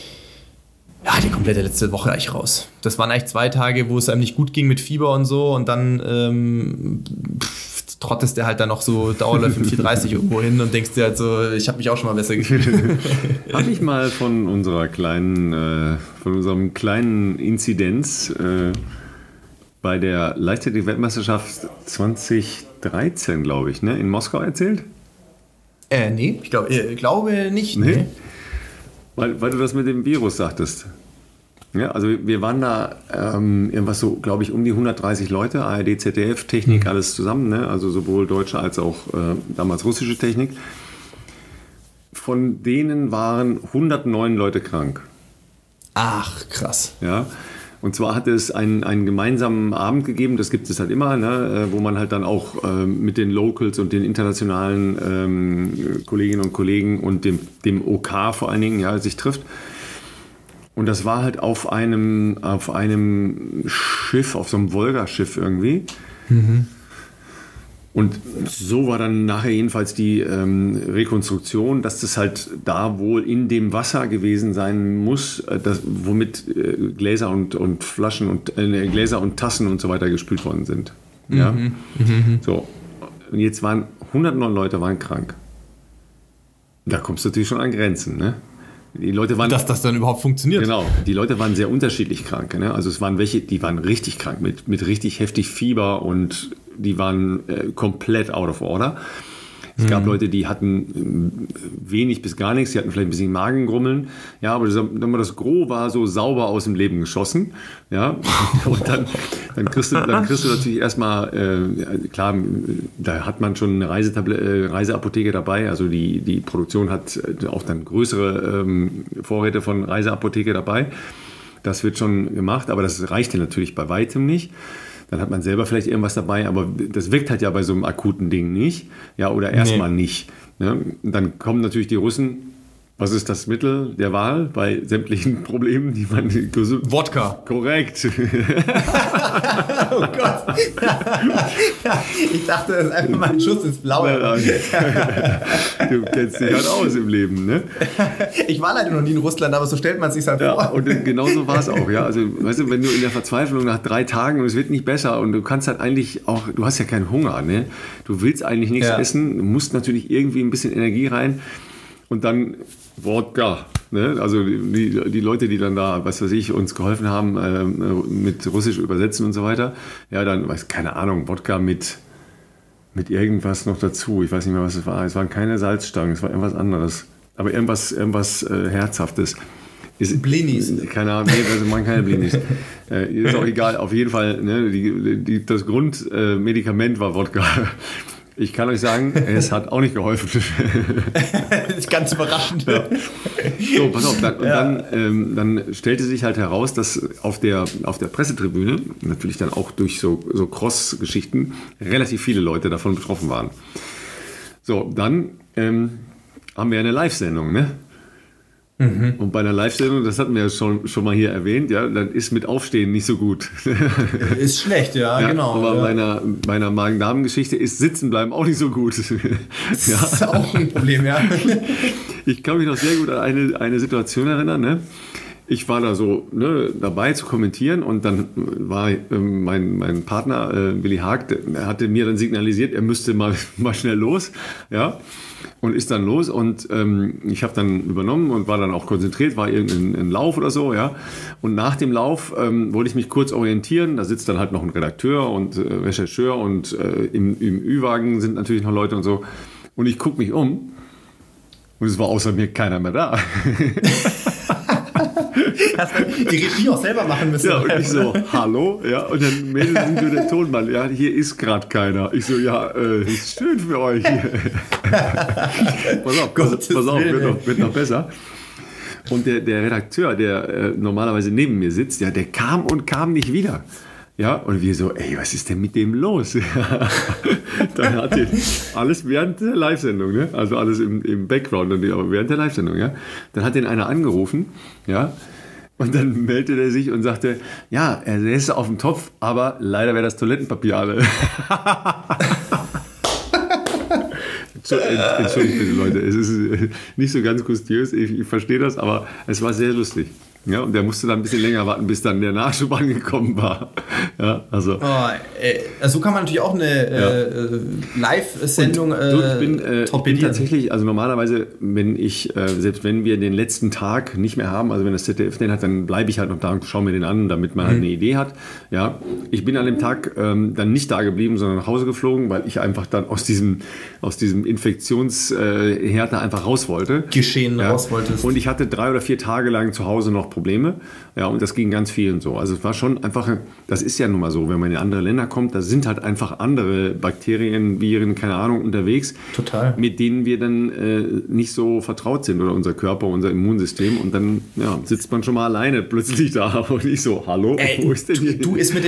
die komplette letzte Woche eigentlich raus. Das waren eigentlich 2 Tage, wo es einem nicht gut ging mit Fieber und so. Und dann trottest der halt dann noch so Dauerläufe 4:30 irgendwo hin und denkst dir halt so, ich habe mich auch schon mal besser gefühlt. Habe ich mal von unserem kleinen Inzidenz bei der Leichtathletik-Weltmeisterschaft 2013, glaube ich, ne, in Moskau erzählt? Nee, ich glaube nicht. Nee? Weil du das mit dem Virus sagtest. Ja, also wir waren da irgendwas so, glaube ich, um die 130 Leute, ARD, ZDF, Technik, alles zusammen, ne? Also sowohl deutsche als auch damals russische Technik. Von denen waren 109 Leute krank. Ach, krass. Ja, und zwar hat es einen gemeinsamen Abend gegeben, das gibt es halt immer, ne? Wo man halt dann auch mit den Locals und den internationalen Kolleginnen und Kollegen und dem OK vor allen Dingen, ja, sich trifft. Und das war halt auf einem Schiff, auf so einem Wolga-Schiff irgendwie. Mhm. Und so war dann nachher jedenfalls die Rekonstruktion, dass das halt da wohl in dem Wasser gewesen sein muss, womit Gläser und Flaschen und Gläser und Tassen und so weiter gespült worden sind. Ja? Mhm. Mhm. So. Und jetzt waren 109 Leute waren krank. Da kommst du natürlich schon an Grenzen, ne? Die Leute waren, dass das dann überhaupt funktioniert. Genau, die Leute waren sehr unterschiedlich krank. Ne? Also es waren welche, die waren richtig krank, mit richtig heftig Fieber und die waren komplett out of order. Es gab Leute, die hatten wenig bis gar nichts, die hatten vielleicht ein bisschen Magengrummeln. Ja, aber das Gros war so sauber aus dem Leben geschossen. Ja, und dann kriegst du natürlich erstmal, klar, da hat man schon eine Reiseapotheke dabei. Also die Produktion hat auch dann größere Vorräte von Reiseapotheke dabei. Das wird schon gemacht, aber das reichte natürlich bei weitem nicht. Dann hat man selber vielleicht irgendwas dabei, aber das wirkt halt ja bei so einem akuten Ding nicht. Ja, oder erstmal nicht. Ne? Und dann kommen natürlich die Russen. Was ist das Mittel der Wahl bei sämtlichen Problemen, die man... Wodka. Korrekt. Oh Gott. Ich dachte, das ist einfach mal ein Schuss ins Blaue. Du kennst dich halt aus im Leben, ne? Ich war leider noch nie in Russland, aber so stellt man es sich halt vor. Ja, und genau so war es auch, ja. Also, weißt du, wenn du in der Verzweiflung nach 3 Tagen und es wird nicht besser und du kannst halt eigentlich auch, du hast ja keinen Hunger, ne? Du willst eigentlich nichts essen, du musst natürlich irgendwie ein bisschen Energie rein. Und dann Wodka. Ne? Also die Leute, die dann da, was weiß ich, uns geholfen haben mit Russisch übersetzen und so weiter. Ja, dann, keine Ahnung, Wodka mit irgendwas noch dazu. Ich weiß nicht mehr, was es war. Es waren keine Salzstangen, es war irgendwas anderes. Aber irgendwas Herzhaftes. Blinis. Keine Ahnung, nee, also man keine Blinis. Ist auch egal. Auf jeden Fall, ne, das Grundmedikament war Wodka. Ich kann euch sagen, es hat auch nicht geholfen. Das ist ganz überraschend. Ja. So, pass auf. Dann stellte sich halt heraus, dass auf der Pressetribüne, natürlich dann auch durch so Cross-Geschichten, relativ viele Leute davon betroffen waren. So, dann haben wir eine Live-Sendung, ne? Mhm. Und bei einer Live-Sendung, das hatten wir ja schon mal hier erwähnt, ja, dann ist mit Aufstehen nicht so gut. Ist schlecht, ja, genau. Aber bei einer Magen-Darm-Geschichte ist Sitzenbleiben auch nicht so gut. Das ist auch ein Problem, ja. Ich kann mich noch sehr gut an eine Situation erinnern, ne? Ich war da so dabei zu kommentieren und dann war mein Partner Willi Haag, der hatte mir dann signalisiert, er müsste mal schnell los, ja, und ist dann los und ich habe dann übernommen und war dann auch konzentriert, war irgendein Lauf oder so, ja, und nach dem Lauf wollte ich mich kurz orientieren, da sitzt dann halt noch ein Redakteur und Rechercheur und im Ü-Wagen sind natürlich noch Leute und so und ich gucke mich um und es war außer mir keiner mehr da. Hast du die Regie auch selber machen müssen. Ja, und ich so, hallo? Ja, und dann meldet sich nur der Tonmann, ja, hier ist gerade keiner. Ich so, ja, ist schön für euch hier. Pass auf, wird noch besser. Und der Redakteur, der normalerweise neben mir sitzt, ja, der kam nicht wieder. Ja, und wir so, ey, was ist denn mit dem los? Dann hat er alles während der Live-Sendung, ne? Also alles im Background, aber während der Live-Sendung, ja. Dann hat den einer angerufen, ja. Und dann meldete er sich und sagte, ja, er säße auf dem Topf, aber leider wäre das Toilettenpapier alle. Entschuldigt bitte, Leute, es ist nicht so ganz gustiös, ich verstehe das, aber es war sehr lustig. Ja, und der musste dann ein bisschen länger warten, bis dann der Nachschub angekommen war. Ja, also. So kann man natürlich auch eine Live-Sendung ich bin tatsächlich, also normalerweise, selbst wenn wir den letzten Tag nicht mehr haben, also wenn das ZDF den hat, dann bleibe ich halt noch da und schaue mir den an, damit man halt eine Idee hat. Ja, ich bin an dem Tag dann nicht da geblieben, sondern nach Hause geflogen, weil ich einfach dann aus diesem Infektionsherd da einfach raus wollte. Raus wolltest. Und ich hatte 3 oder 4 Tage lang zu Hause noch Probleme. Ja, und das ging ganz vielen so. Also es war schon einfach, das ist ja nun mal so, wenn man in andere Länder kommt, da sind halt einfach andere Bakterien, Viren, keine Ahnung, unterwegs. Total. Mit denen wir dann nicht so vertraut sind oder unser Körper, unser Immunsystem. Und dann sitzt man schon mal alleine plötzlich da und ich so, hallo, wo ist denn hier? Du ist mit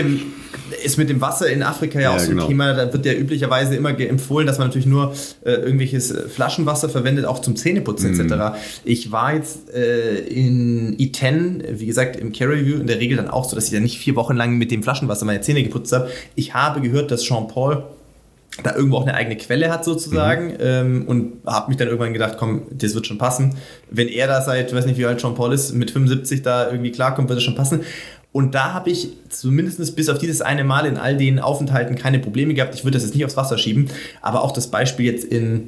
dem Wasser in Afrika ja auch so ein Thema. Da wird ja üblicherweise immer empfohlen, dass man natürlich nur irgendwelches Flaschenwasser verwendet, auch zum Zähneputzen etc. Ich war jetzt in Iten, wie gesagt, im Care Review in der Regel dann auch so, dass ich ja nicht 4 Wochen lang mit dem Flaschenwasser meine Zähne geputzt habe. Ich habe gehört, dass Jean Paul da irgendwo auch eine eigene Quelle hat sozusagen und habe mich dann irgendwann gedacht, komm, das wird schon passen. Wenn er da seit, weiß nicht wie alt Jean Paul ist, mit 75 da irgendwie klarkommt, wird es schon passen. Und da habe ich zumindest bis auf dieses eine Mal in all den Aufenthalten keine Probleme gehabt. Ich würde das jetzt nicht aufs Wasser schieben, aber auch das Beispiel jetzt in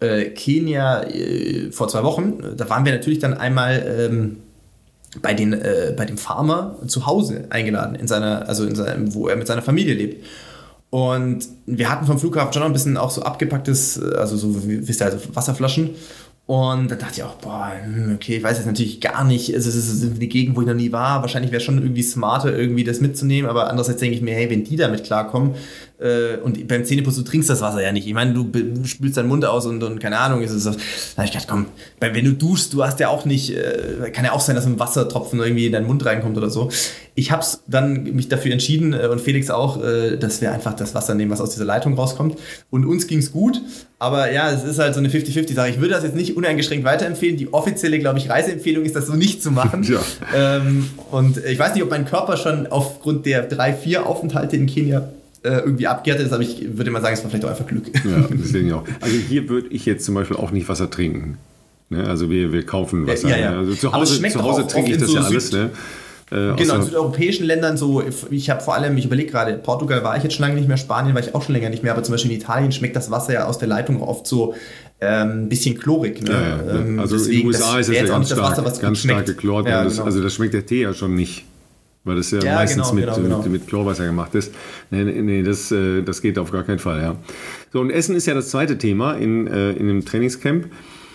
Kenia vor 2 Wochen, da waren wir natürlich dann einmal bei dem Farmer zu Hause eingeladen, wo er mit seiner Familie lebt. Und wir hatten vom Flughafen schon noch ein bisschen auch so abgepacktes, also so, wisst ihr, also Wasserflaschen. Und dann dachte ich auch, okay, ich weiß jetzt natürlich gar nicht, es ist eine Gegend, wo ich noch nie war, wahrscheinlich wäre schon irgendwie smarter, irgendwie das mitzunehmen, aber andererseits denke ich mir, hey, wenn die damit klarkommen, und beim Zähneputzen, du trinkst das Wasser ja nicht. Ich meine, du spülst deinen Mund aus und keine Ahnung, ist es so. Da habe ich gedacht, komm, wenn du duschst, du hast ja auch nicht, kann ja auch sein, dass ein Wassertropfen irgendwie in deinen Mund reinkommt oder so. Ich habe dann mich dafür entschieden und Felix auch, dass wir einfach das Wasser nehmen, was aus dieser Leitung rauskommt. Und uns ging es gut, aber ja, es ist halt so eine 50-50-Sache. Ich würde das jetzt nicht uneingeschränkt weiterempfehlen. Die offizielle, glaube ich, Reiseempfehlung ist, das so nicht zu machen. Ja. Und ich weiß nicht, ob mein Körper schon aufgrund der 3-4 Aufenthalte in Kenia irgendwie abgehärtet ist, aber ich würde mal sagen, es war vielleicht auch einfach Glück. Ja, deswegen auch. Also hier würde ich jetzt zum Beispiel auch nicht Wasser trinken. Ne? Also wir kaufen Wasser. Ja. Also zu Hause trinke ich das ja alles. Ne? Genau, in südeuropäischen Ländern so, ich überlege gerade, Portugal war ich jetzt schon lange nicht mehr, Spanien war ich auch schon länger nicht mehr, aber zum Beispiel in Italien schmeckt das Wasser ja aus der Leitung oft so ein bisschen chlorig. Ne? Ja. Also deswegen, in den USA ist es ja ganz stark geklort. Ja, genau. Also das schmeckt der Tee ja schon nicht. Weil das ja meistens mit Chlorwasser gemacht ist. Nee, das geht auf gar keinen Fall, ja. So, und Essen ist ja das zweite Thema in einem Trainingscamp.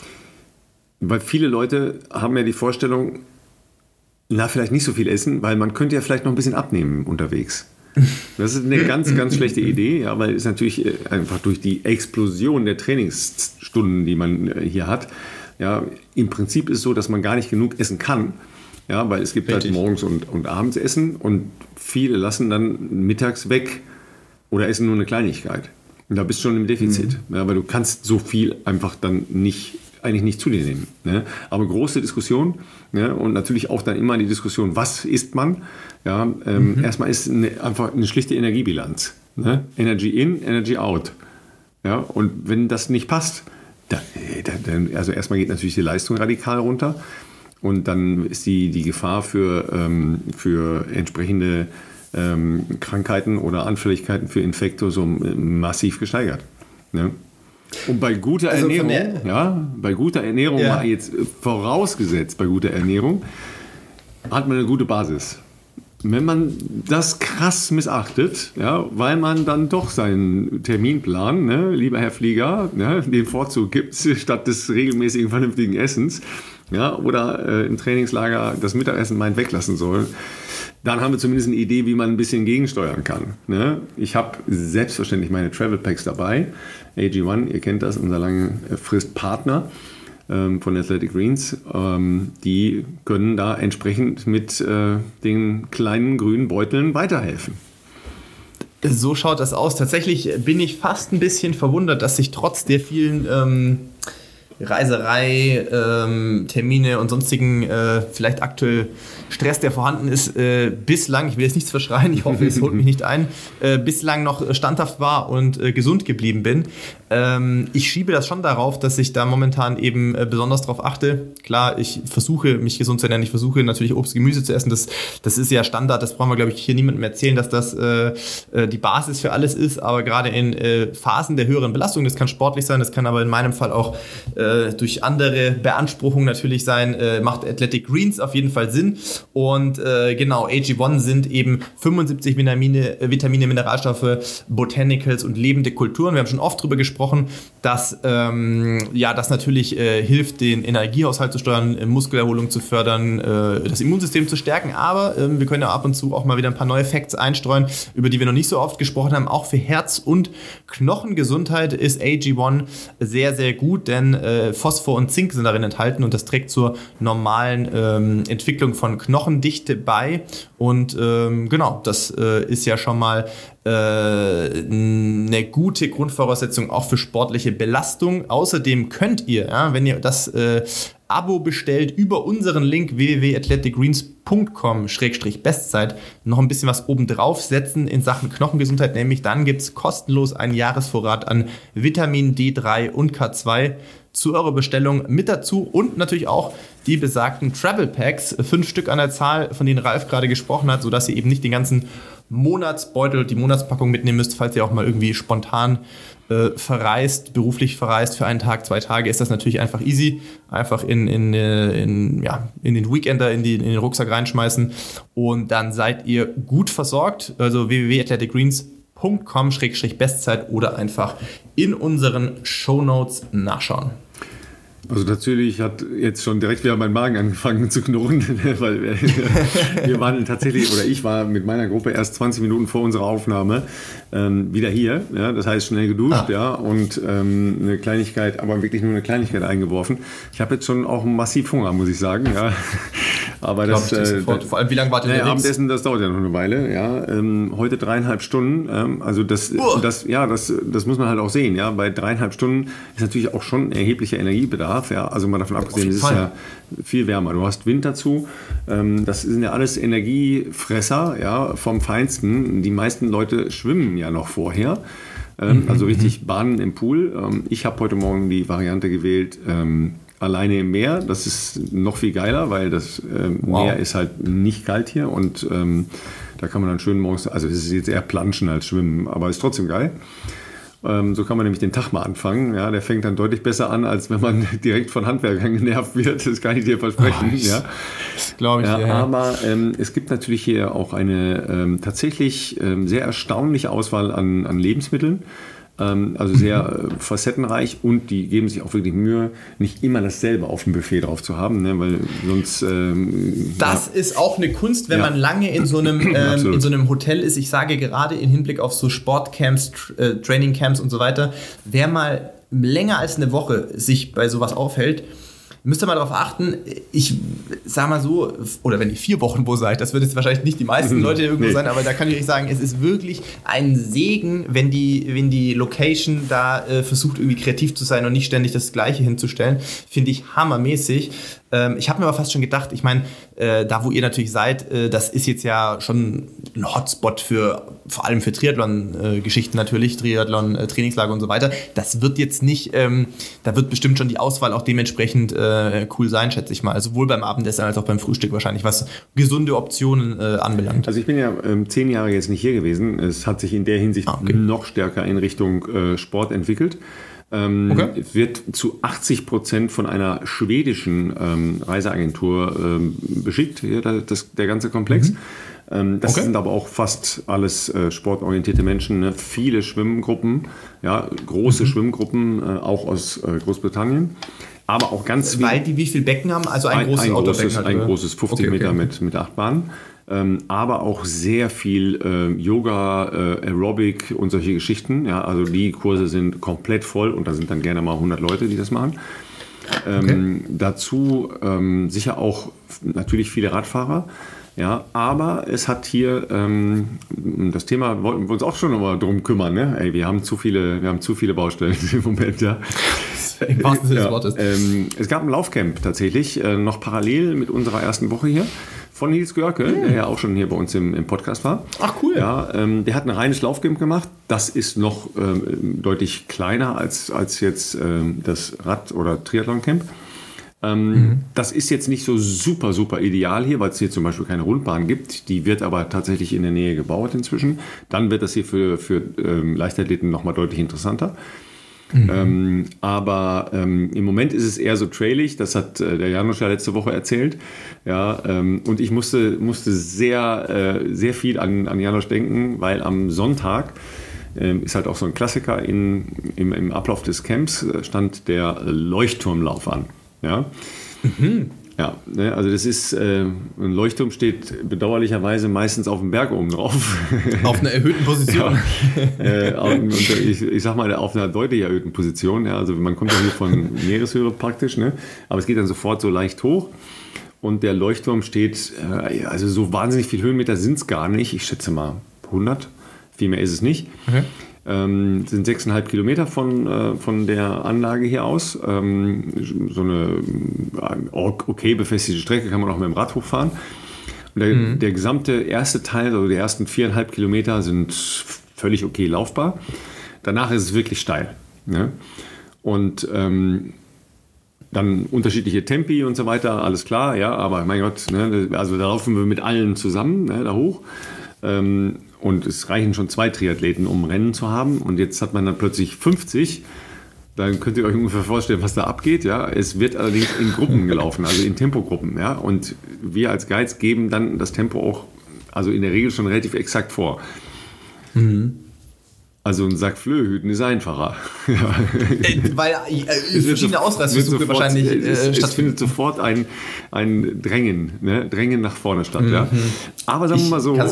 Weil viele Leute haben ja die Vorstellung, vielleicht nicht so viel essen, weil man könnte ja vielleicht noch ein bisschen abnehmen unterwegs. Das ist eine ganz, ganz schlechte Idee, ja, weil es natürlich einfach durch die Explosion der Trainingsstunden, die man hier hat, ja, im Prinzip ist es so, dass man gar nicht genug essen kann. Ja, weil es gibt halt morgens und abends Essen und viele lassen dann mittags weg oder essen nur eine Kleinigkeit. Und da bist du schon im Defizit, ja, weil du kannst so viel einfach dann eigentlich nicht zu dir nehmen. Ne? Aber große Diskussion, ne? Und natürlich auch dann immer die Diskussion, was isst man? Ja, erstmal ist einfach eine schlichte Energiebilanz. Ne? Energy in, Energy out. Ja, und wenn das nicht passt, dann also erstmal geht natürlich die Leistung radikal runter. Und dann ist die Gefahr für entsprechende Krankheiten oder Anfälligkeiten für Infekte so massiv gesteigert. Ne? Und bei guter Ernährung, mal jetzt vorausgesetzt, bei guter Ernährung, hat man eine gute Basis. Wenn man das krass missachtet, ja, weil man dann doch seinen Terminplan, ne, lieber Herr Flieger, ne, den Vorzug gibt, statt des regelmäßigen vernünftigen Essens, ja, oder im Trainingslager das Mittagessen meint weglassen soll, dann haben wir zumindest eine Idee, wie man ein bisschen gegensteuern kann. Ne? Ich habe selbstverständlich meine Travel Packs dabei. AG1, ihr kennt das, unser Langfristpartner von Athletic Greens. Die können da entsprechend mit den kleinen grünen Beuteln weiterhelfen. So schaut das aus. Tatsächlich bin ich fast ein bisschen verwundert, dass sich trotz der vielen Reiserei, Termine und sonstigen, vielleicht aktuell Stress, der vorhanden ist, bislang, ich will jetzt nichts verschreien, ich hoffe, es holt mich nicht ein, bislang noch standhaft war und gesund geblieben bin. Ich schiebe das schon darauf, dass ich da momentan eben besonders drauf achte. Klar, ich versuche, mich gesund zu ernähren, ich versuche natürlich Obst, Gemüse zu essen, das ist ja Standard, das brauchen wir, glaube ich, hier niemandem erzählen, dass das die Basis für alles ist, aber gerade in Phasen der höheren Belastung, das kann sportlich sein, das kann aber in meinem Fall auch durch andere Beanspruchungen natürlich sein, macht Athletic Greens auf jeden Fall Sinn. Und genau, AG1 sind eben 75 Vitamine, Mineralstoffe, Botanicals und lebende Kulturen. Wir haben schon oft darüber gesprochen, dass das natürlich hilft, den Energiehaushalt zu steuern, Muskelerholung zu fördern, das Immunsystem zu stärken. Aber wir können ja ab und zu auch mal wieder ein paar neue Facts einstreuen, über die wir noch nicht so oft gesprochen haben. Auch für Herz- und Knochengesundheit ist AG1 sehr, sehr gut, denn Phosphor und Zink sind darin enthalten und das trägt zur normalen Entwicklung von Knochendichte bei. Und genau, das ist ja schon mal eine gute Grundvoraussetzung auch für sportliche Belastung. Außerdem könnt ihr, wenn ihr das Abo bestellt, über unseren Link www.athleticgreens.com/Bestzeit noch ein bisschen was obendrauf setzen in Sachen Knochengesundheit, nämlich dann gibt es kostenlos einen Jahresvorrat an Vitamin D3 und K2 zu eurer Bestellung mit dazu und natürlich auch die besagten Travel Packs, 5 Stück an der Zahl, von denen Ralf gerade gesprochen hat, sodass ihr eben nicht den ganzen Monatsbeutel, die Monatspackung mitnehmen müsst, falls ihr auch mal irgendwie spontan verreist, beruflich verreist für einen Tag, 2 Tage, ist das natürlich einfach easy. Einfach in den Weekender, in den Rucksack reinschmeißen und dann seid ihr gut versorgt. Also www.athleticgreens.com/Bestzeit oder einfach in unseren Shownotes nachschauen. Also natürlich hat jetzt schon direkt wieder mein Magen angefangen zu knurren, weil wir waren tatsächlich, oder ich war mit meiner Gruppe erst 20 Minuten vor unserer Aufnahme wieder hier. Ja, das heißt schnell geduscht, und eine Kleinigkeit, aber wirklich nur eine Kleinigkeit eingeworfen. Ich habe jetzt schon auch massiv Hunger, muss ich sagen. Ja. Aber das, vor allem, wie lange wartet ihr? Abendessen, das dauert ja noch eine Weile. Ja. Heute 3,5 Stunden. Also das muss man halt auch sehen. Ja. Bei 3,5 Stunden ist natürlich auch schon erheblicher Energiebedarf. Ja. Also mal davon abgesehen, es ist ja viel wärmer. Du hast Wind dazu. Das sind ja alles Energiefresser, ja, vom Feinsten. Die meisten Leute schwimmen ja noch vorher. Also richtig baden im Pool. Ich habe heute Morgen die Variante gewählt, alleine im Meer. Das ist noch viel geiler, weil das Meer ist halt nicht kalt hier und da kann man dann schön morgens, also es ist jetzt eher Planschen als Schwimmen, aber ist trotzdem geil. So kann man nämlich den Tag mal anfangen. Ja, der fängt dann deutlich besser an, als wenn man direkt von Handwerkern genervt wird. Das kann ich dir versprechen. Das glaube ich. Ja, aber es gibt natürlich hier auch eine tatsächlich sehr erstaunliche Auswahl an Lebensmitteln. Also sehr facettenreich und die geben sich auch wirklich Mühe, nicht immer dasselbe auf dem Buffet drauf zu haben, ne? Weil sonst... das ist auch eine Kunst, wenn man lange in so einem Hotel ist. Ich sage gerade im Hinblick auf so Sportcamps, Trainingcamps und so weiter, wer mal länger als eine Woche sich bei sowas aufhält, müsst ihr mal darauf achten, ich sag mal so, oder wenn ihr 4 Wochen wo seid, das wird jetzt wahrscheinlich nicht die meisten Leute irgendwo sein, aber da kann ich euch sagen, es ist wirklich ein Segen, wenn die Location da versucht irgendwie kreativ zu sein und nicht ständig das Gleiche hinzustellen, finde ich hammermäßig. Ich habe mir aber fast schon gedacht, ich meine, da wo ihr natürlich seid, das ist jetzt ja schon ein Hotspot vor allem für Triathlon-Geschichten natürlich, Triathlon-Trainingslager und so weiter. Das wird jetzt nicht, da wird bestimmt schon die Auswahl auch dementsprechend cool sein, schätze ich mal. Also sowohl beim Abendessen als auch beim Frühstück wahrscheinlich, was gesunde Optionen anbelangt. Also ich bin ja 10 Jahre jetzt nicht hier gewesen. Es hat sich in der Hinsicht noch stärker in Richtung Sport entwickelt. Es wird zu 80% von einer schwedischen Reiseagentur beschickt, hier, der ganze Komplex. Das sind aber auch fast alles sportorientierte Menschen, ne? Viele Schwimmgruppen, ja, große Schwimmgruppen, auch aus Großbritannien. Aber auch ganz viele. Weil die wie viel Becken haben? Also ein großes Outdoor-Becken. Ein großes 50 Meter mit 8 Bahnen. Aber auch sehr viel Yoga, Aerobic und solche Geschichten. Ja, also die Kurse sind komplett voll und da sind dann gerne mal 100 Leute, die das machen. Dazu sicher auch natürlich viele Radfahrer. Ja, aber es hat hier das Thema, wollten wir uns auch schon noch mal drum kümmern. Ne? Ey, wir haben zu viele Baustellen im Moment. Ja. Im wahrsten Sinne des Wortes. Es gab ein Laufcamp tatsächlich, noch parallel mit unserer ersten Woche hier. Von Nils Görke, der ja auch schon hier bei uns im Podcast war. Ach, cool. Ja, der hat ein reines Laufcamp gemacht. Das ist noch deutlich kleiner als jetzt das Rad- oder Triathloncamp. Das ist jetzt nicht so super, super ideal hier, weil es hier zum Beispiel keine Rundbahn gibt. Die wird aber tatsächlich in der Nähe gebaut inzwischen. Dann wird das hier für Leichtathleten nochmal deutlich interessanter. Aber im Moment ist es eher so trailig, das hat der Janusz ja letzte Woche erzählt. Ja, und ich musste sehr, sehr viel an Janusz denken, weil am Sonntag ist halt auch so ein Klassiker im Ablauf des Camps, stand der Leuchtturmlauf an. Ja. Ja, also das ist, ein Leuchtturm steht bedauerlicherweise meistens auf dem Berg oben drauf. Auf einer erhöhten Position. Ja, ich sag mal, auf einer deutlich erhöhten Position. Ja, also man kommt ja hier von Meereshöhe praktisch, ne? Aber es geht dann sofort so leicht hoch. Und der Leuchtturm steht, also so wahnsinnig viele Höhenmeter sind es gar nicht. Ich schätze mal 100, viel mehr ist es nicht. Okay. Sind 6,5 Kilometer von der Anlage hier aus. So eine okay befestigte Strecke, kann man auch mit dem Rad hochfahren. Und der gesamte erste Teil, also die ersten 4,5 Kilometer sind völlig okay laufbar. Danach ist es wirklich steil. Ne? Und dann unterschiedliche Tempi und so weiter, alles klar, ja, aber mein Gott, ne, also da laufen wir mit allen zusammen, ne, da hoch. Und es reichen schon 2 Triathleten, um Rennen zu haben. Und jetzt hat man dann plötzlich 50. Dann könnt ihr euch ungefähr vorstellen, was da abgeht. Ja? Es wird allerdings in Gruppen gelaufen, also in Tempogruppen. Ja? Und wir als Guides geben dann das Tempo auch, also in der Regel schon relativ exakt vor. Also ein Sack Flöhe hüten ist einfacher. Ja. Weil verschiedene Ausreißversuche wahrscheinlich es findet sofort ein Drängen, ne? Drängen nach vorne statt. Ja? Aber sagen wir mal so,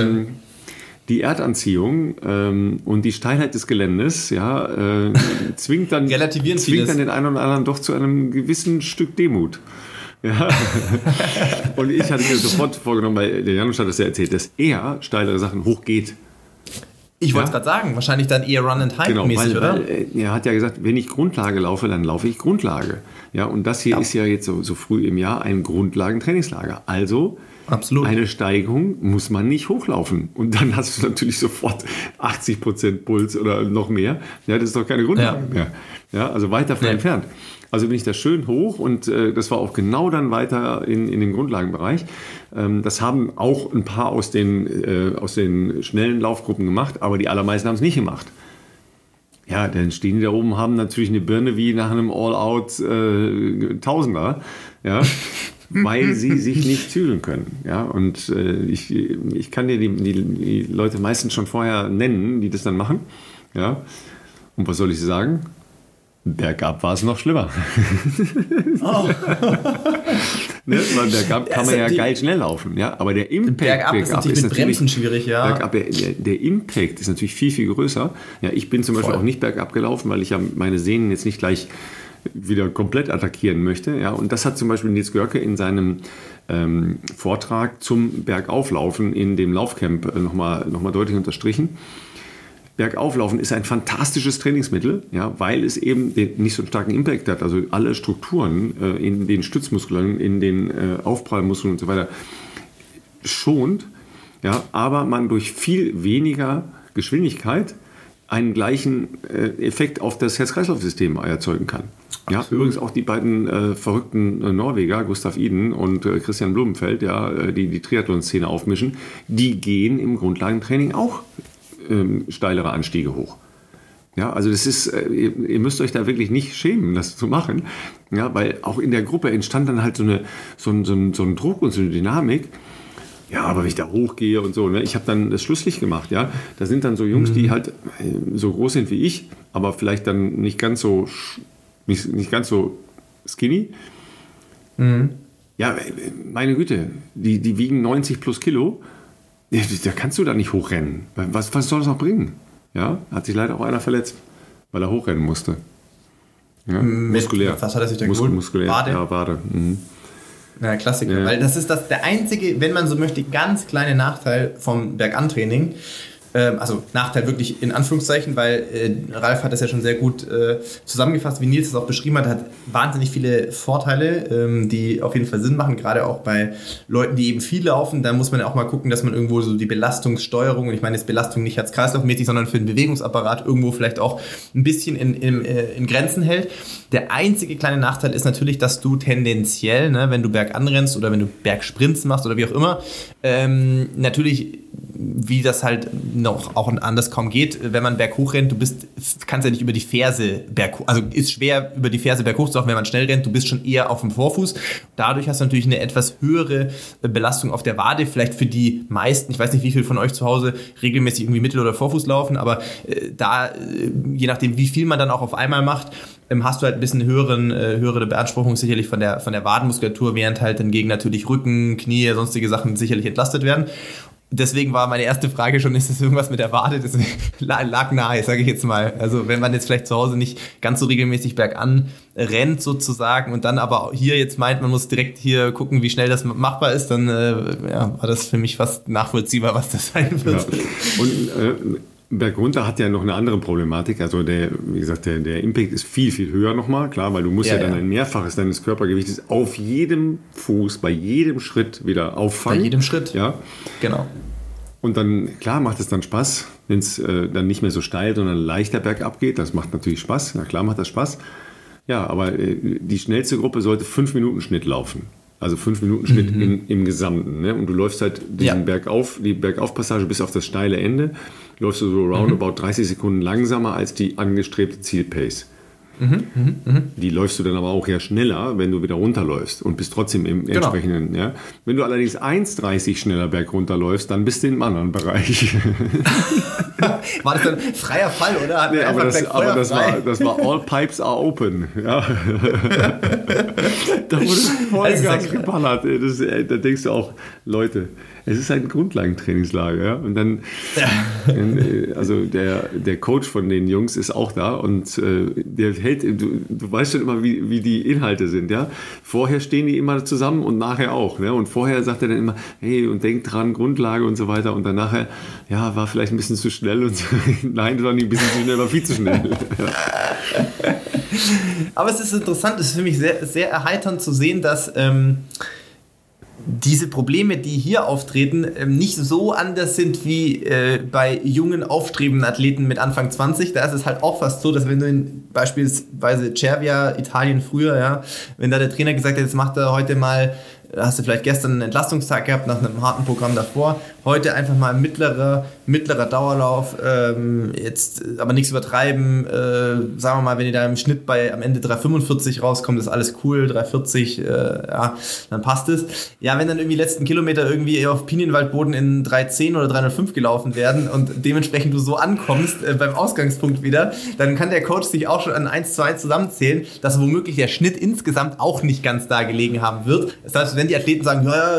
die Erdanziehung und die Steilheit des Geländes zwingt dann den einen oder anderen doch zu einem gewissen Stück Demut. Ja. Und ich hatte mir sofort vorgenommen, weil der Janusz hat das ja erzählt, dass er steilere Sachen hochgeht. Ich wollte es gerade sagen, wahrscheinlich dann eher Run-and-Hike-mäßig, oder? Weil er hat ja gesagt, wenn ich Grundlage laufe, dann laufe ich Grundlage. Ja, und das hier ist ja jetzt so früh im Jahr ein Grundlagentrainingslager. Also absolut. Eine Steigung muss man nicht hochlaufen. Und dann hast du natürlich sofort 80% Puls oder noch mehr. Ja, das ist doch keine Grundlage mehr. Ja, also weit davon entfernt. Also bin ich da schön hoch und das war auch genau dann weiter in dem Grundlagenbereich. Das haben auch ein paar aus den schnellen Laufgruppen gemacht, aber die allermeisten haben es nicht gemacht. Ja, dann stehen die da oben, haben natürlich eine Birne wie nach einem All-Out Tausender, ja, weil sie sich nicht zügeln können. Ja, und ich kann dir die Leute meistens schon vorher nennen, die das dann machen. Ja, und was soll ich sagen? Bergab war es noch schlimmer. Oh. Ne? Weil bergab kann man ja geil schnell laufen. Ja? Aber der Impact bergab ist natürlich mit Bremsen schwierig. Ja. Bergab, der Impact ist natürlich viel, viel größer. Ja, ich bin zum Beispiel auch nicht bergab gelaufen, weil ich ja meine Sehnen jetzt nicht gleich wieder komplett attackieren möchte. Ja? Und das hat zum Beispiel Nils Görke in seinem Vortrag zum Bergauflaufen in dem Laufcamp noch mal deutlich unterstrichen. Bergauflaufen ist ein fantastisches Trainingsmittel, ja, weil es eben nicht so einen starken Impact hat. Also alle Strukturen in den Stützmuskeln, in den Aufprallmuskeln und so weiter schont, ja, aber man durch viel weniger Geschwindigkeit einen gleichen Effekt auf das Herz-Kreislauf-System erzeugen kann. Ja, übrigens auch die beiden verrückten Norweger, Gustav Iden und Christian Blumenfeld, ja, die Triathlon-Szene aufmischen, die gehen im Grundlagentraining auch steilere Anstiege hoch. Ja, also das ist, ihr müsst euch da wirklich nicht schämen, das zu machen, ja, weil auch in der Gruppe entstand dann halt so ein Druck und so eine Dynamik. Ja, aber wenn ich da hochgehe und so, ne, ich habe dann das Schlusslicht gemacht, ja, da sind dann so Jungs, die halt so groß sind wie ich, aber vielleicht dann nicht ganz so skinny. Ja, meine Güte, die wiegen 90 plus Kilo. Da kannst du da nicht hochrennen. Was soll das noch bringen? Ja, hat sich leider auch einer verletzt, weil er hochrennen musste. Ja, muskulär. Was hat er sich da geholt? Muskulär. Wade. Ja, Wade. Ja, Klassiker. Ja. Weil das ist der einzige, wenn man so möchte, ganz kleine Nachteil vom Bergantraining. Also Nachteil wirklich in Anführungszeichen, weil Ralf hat das ja schon sehr gut zusammengefasst, wie Nils es auch beschrieben hat wahnsinnig viele Vorteile, die auf jeden Fall Sinn machen, gerade auch bei Leuten, die eben viel laufen. Da muss man ja auch mal gucken, dass man irgendwo so die Belastungssteuerung, und ich meine jetzt Belastung nicht Herz-Kreislauf-mäßig, sondern für den Bewegungsapparat irgendwo vielleicht auch ein bisschen in Grenzen hält. Der einzige kleine Nachteil ist natürlich, dass du tendenziell, ne, wenn du bergan rennst oder wenn du Bergsprints machst oder wie auch immer, natürlich, wie das halt noch auch anders kaum geht, wenn man berghoch rennt, kannst ja nicht über die Ferse berghoch, also ist schwer über die Ferse berghoch zu laufen, wenn man schnell rennt, du bist schon eher auf dem Vorfuß. Dadurch hast du natürlich eine etwas höhere Belastung auf der Wade, vielleicht für die meisten, ich weiß nicht, wie viele von euch zu Hause regelmäßig irgendwie Mittel- oder Vorfuß laufen, aber je nachdem, wie viel man dann auch auf einmal macht, hast du halt ein bisschen höhere Beanspruchung sicherlich von der Wadenmuskulatur, während halt hingegen natürlich Rücken, Knie, sonstige Sachen sicherlich entlastet werden. Deswegen war meine erste Frage schon, ist das irgendwas mit der Wade? Das lag nahe, sage ich jetzt mal. Also wenn man jetzt vielleicht zu Hause nicht ganz so regelmäßig bergan rennt sozusagen und dann aber hier jetzt meint, man muss direkt hier gucken, wie schnell das machbar ist, dann war das für mich fast nachvollziehbar, was das sein wird. Ja. Und bergunter hat ja noch eine andere Problematik. Also der Impact ist viel, viel höher nochmal, klar, weil du musst ja dann ein Mehrfaches deines Körpergewichtes auf jedem Fuß, bei jedem Schritt wieder auffangen. Bei jedem Schritt. Ja, genau. Und dann, klar, macht es dann Spaß, wenn es dann nicht mehr so steil, sondern leichter bergab geht. Das macht natürlich Spaß. Na klar macht das Spaß. Ja, aber die schnellste Gruppe sollte 5-Minuten-Schnitt laufen. Also 5-Minuten-Schnitt im Gesamten. Ne? Und du läufst halt die Bergaufpassage bis auf das steile Ende, läufst du so roundabout 30 Sekunden langsamer als die angestrebte Zielpace. Die läufst du dann aber auch ja schneller, wenn du wieder runterläufst und bist trotzdem im entsprechenden. Ja? Wenn du allerdings 1,30 schneller berg runterläufst, dann bist du im anderen Bereich. War das dann freier Fall, oder? Nee, aber das war all pipes are open. Ja. Da wurde Vollgas geballert. Da denkst du auch, Leute, es ist ein Grundlagentrainingslager. Ja? Und dann, also der Coach von den Jungs ist auch da und der hält, du weißt schon immer, wie die Inhalte sind. Ja? Vorher stehen die immer zusammen und nachher auch. Ne? Und vorher sagt er dann immer, hey, und denk dran, Grundlage und so weiter. Und dann nachher, ja, war vielleicht ein bisschen zu schnell und so. Nein, das war nicht ein bisschen zu schnell, war viel zu schnell. Ja. Aber es ist interessant, es ist für mich sehr, sehr erheiternd zu sehen, dass diese Probleme, die hier auftreten, nicht so anders sind wie bei jungen, aufstrebenden Athleten mit Anfang 20. Da ist es halt auch fast so, dass wenn du beispielsweise Cervia, Italien früher, ja, wenn da der Trainer gesagt hat, jetzt macht er heute mal, hast du vielleicht gestern einen Entlastungstag gehabt nach einem harten Programm davor, heute einfach mal mittlerer Dauerlauf, jetzt aber nichts übertreiben, sagen wir mal, wenn ihr da im Schnitt am Ende 3,45 rauskommt, ist alles cool, 3,40, ja, dann passt es. Ja, wenn dann irgendwie die letzten Kilometer irgendwie auf Pinienwaldboden in 3,10 oder 3,05 gelaufen werden und dementsprechend du so ankommst beim Ausgangspunkt wieder, dann kann der Coach sich auch schon an 1:1 zusammenzählen, dass womöglich der Schnitt insgesamt auch nicht ganz da gelegen haben wird. Das heißt, wenn die Athleten sagen, ja,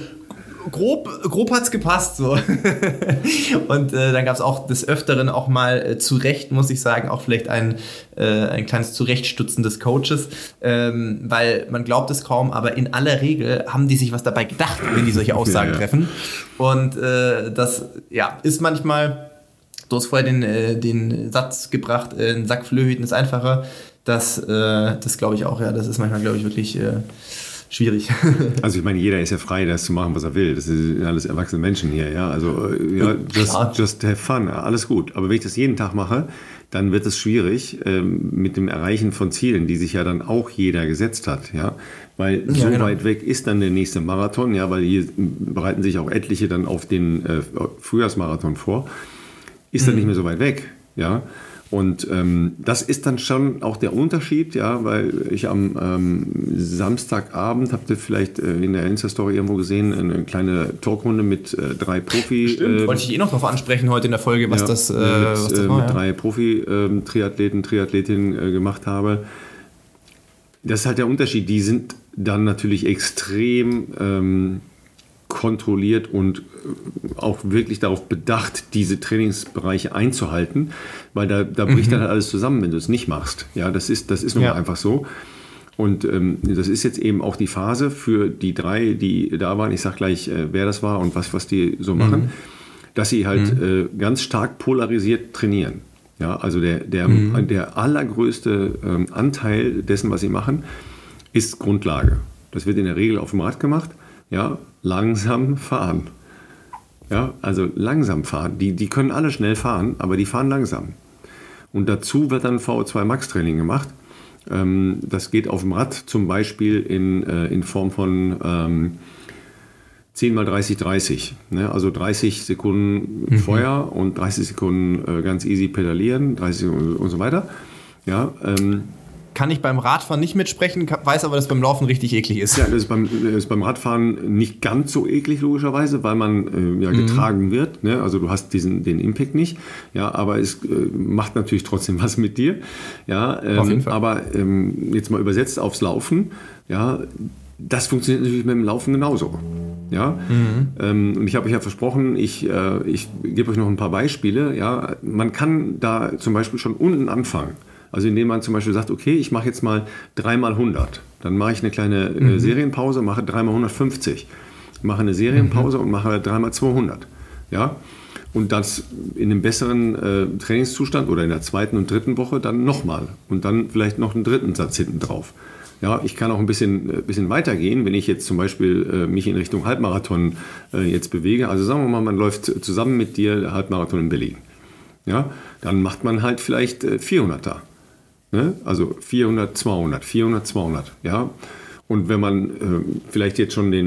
grob hat's gepasst, so. Und dann gab es auch des Öfteren auch mal zu Recht, muss ich sagen, auch vielleicht ein kleines Zurechtstutzen des Coaches, weil man glaubt es kaum, aber in aller Regel haben die sich was dabei gedacht, wenn die solche Aussagen treffen. Und das ist manchmal, du hast vorher den Satz gebracht, ein Sack Flöhüten ist einfacher. Das glaube ich auch, ja, das ist manchmal, glaube ich, wirklich schwierig. Also ich meine, jeder ist ja frei, das zu machen, was er will. Das sind alles erwachsene Menschen hier, ja. Also just have fun, alles gut. Aber wenn ich das jeden Tag mache, dann wird es schwierig mit dem Erreichen von Zielen, die sich ja dann auch jeder gesetzt hat, ja. Weil weit weg ist dann der nächste Marathon, ja, weil hier bereiten sich auch etliche dann auf den Frühjahrsmarathon vor. Ist dann nicht mehr so weit weg, ja. Und das ist dann schon auch der Unterschied, ja, weil ich am Samstagabend, habt ihr vielleicht in der Insta-Story irgendwo gesehen, eine kleine Talkrunde mit 3 Profi... Stimmt, wollte ich noch drauf ansprechen heute in der Folge, was das war. Mit 3 Profi-Triathleten, Triathletinnen gemacht habe. Das ist halt der Unterschied. Die sind dann natürlich extrem kontrolliert und auch wirklich darauf bedacht, diese Trainingsbereiche einzuhalten, weil da bricht dann halt alles zusammen, wenn du es nicht machst. Ja, das ist nun mal einfach so. Und das ist jetzt eben auch die Phase für die 3, die da waren. Ich sag gleich, wer das war und was die so machen. dass sie halt ganz stark polarisiert trainieren. Ja, also der allergrößte Anteil dessen, was sie machen, ist Grundlage. Das wird in der Regel auf dem Rad gemacht. Ja, langsam fahren. Ja, also langsam fahren. Die können alle schnell fahren, aber die fahren langsam. Und dazu wird dann VO2 Max Training gemacht. Das geht auf dem Rad zum Beispiel in Form von 10 mal 30, 30. Ne? Also 30 Sekunden Feuer und 30 Sekunden ganz easy pedalieren, 30 Sekunden und so weiter. Ja, kann ich beim Radfahren nicht mitsprechen, weiß aber, dass beim Laufen richtig eklig ist. Ja, das ist beim Radfahren nicht ganz so eklig, logischerweise, weil man getragen wird. Ne? Also du hast den Impact nicht. Ja, aber es macht natürlich trotzdem was mit dir. Ja, auf jeden Fall. Aber jetzt mal übersetzt aufs Laufen, ja, das funktioniert natürlich mit dem Laufen genauso. Ja? Und ich habe euch ja versprochen, ich gebe euch noch ein paar Beispiele. Ja? Man kann da zum Beispiel schon unten anfangen. Also indem man zum Beispiel sagt, okay, ich mache jetzt mal 3 mal 100. Dann mache ich eine kleine Serienpause, mache 3 mal 150. Mache eine Serienpause und mache 3 mal 200. Ja? Und das in einem besseren Trainingszustand oder in der zweiten und dritten Woche dann nochmal. Und dann vielleicht noch einen dritten Satz hinten drauf. Ja, ich kann auch ein bisschen weitergehen, wenn ich jetzt zum Beispiel mich in Richtung Halbmarathon jetzt bewege. Also sagen wir mal, man läuft zusammen mit dir Halbmarathon in Berlin. Ja, dann macht man halt vielleicht 400er. Ne? Also 400, 200, 400, 200. Ja. Und wenn man vielleicht jetzt schon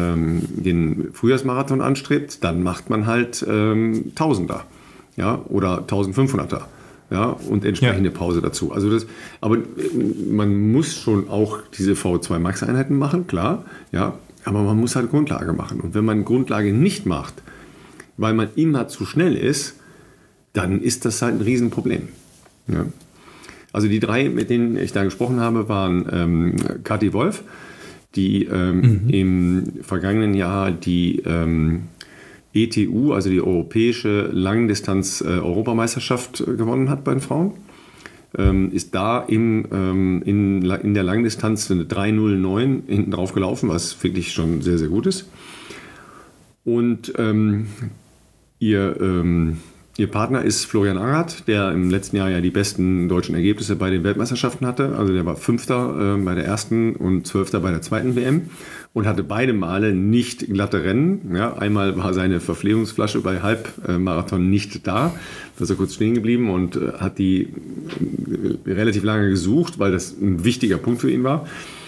den Frühjahrsmarathon anstrebt, dann macht man halt 1000er. Ja, oder 1500er. Ja, und entsprechende Pause dazu. Also aber man muss schon auch diese VO2 Max Einheiten machen, klar, ja, aber man muss halt Grundlage machen. Und wenn man Grundlage nicht macht, weil man immer zu schnell ist, dann ist das halt ein Riesenproblem. Ja. Also die 3, mit denen ich da gesprochen habe, waren Kathi Wolf, die im vergangenen Jahr die ETU, also die Europäische Langdistanz-Europameisterschaft gewonnen hat bei den Frauen. Ist da in der Langdistanz eine 3:09 hinten drauf gelaufen, was wirklich schon sehr, sehr gut ist. Und ihr Partner ist Florian Angert, der im letzten Jahr ja die besten deutschen Ergebnisse bei den Weltmeisterschaften hatte. Also der war 5. Bei der ersten und 12. bei der zweiten WM und hatte beide Male nicht glatte Rennen. Ja, einmal war seine Verpflegungsflasche bei Halbmarathon nicht da. Da ist er kurz stehen geblieben und hat die relativ lange gesucht, weil das ein wichtiger Punkt für ihn war.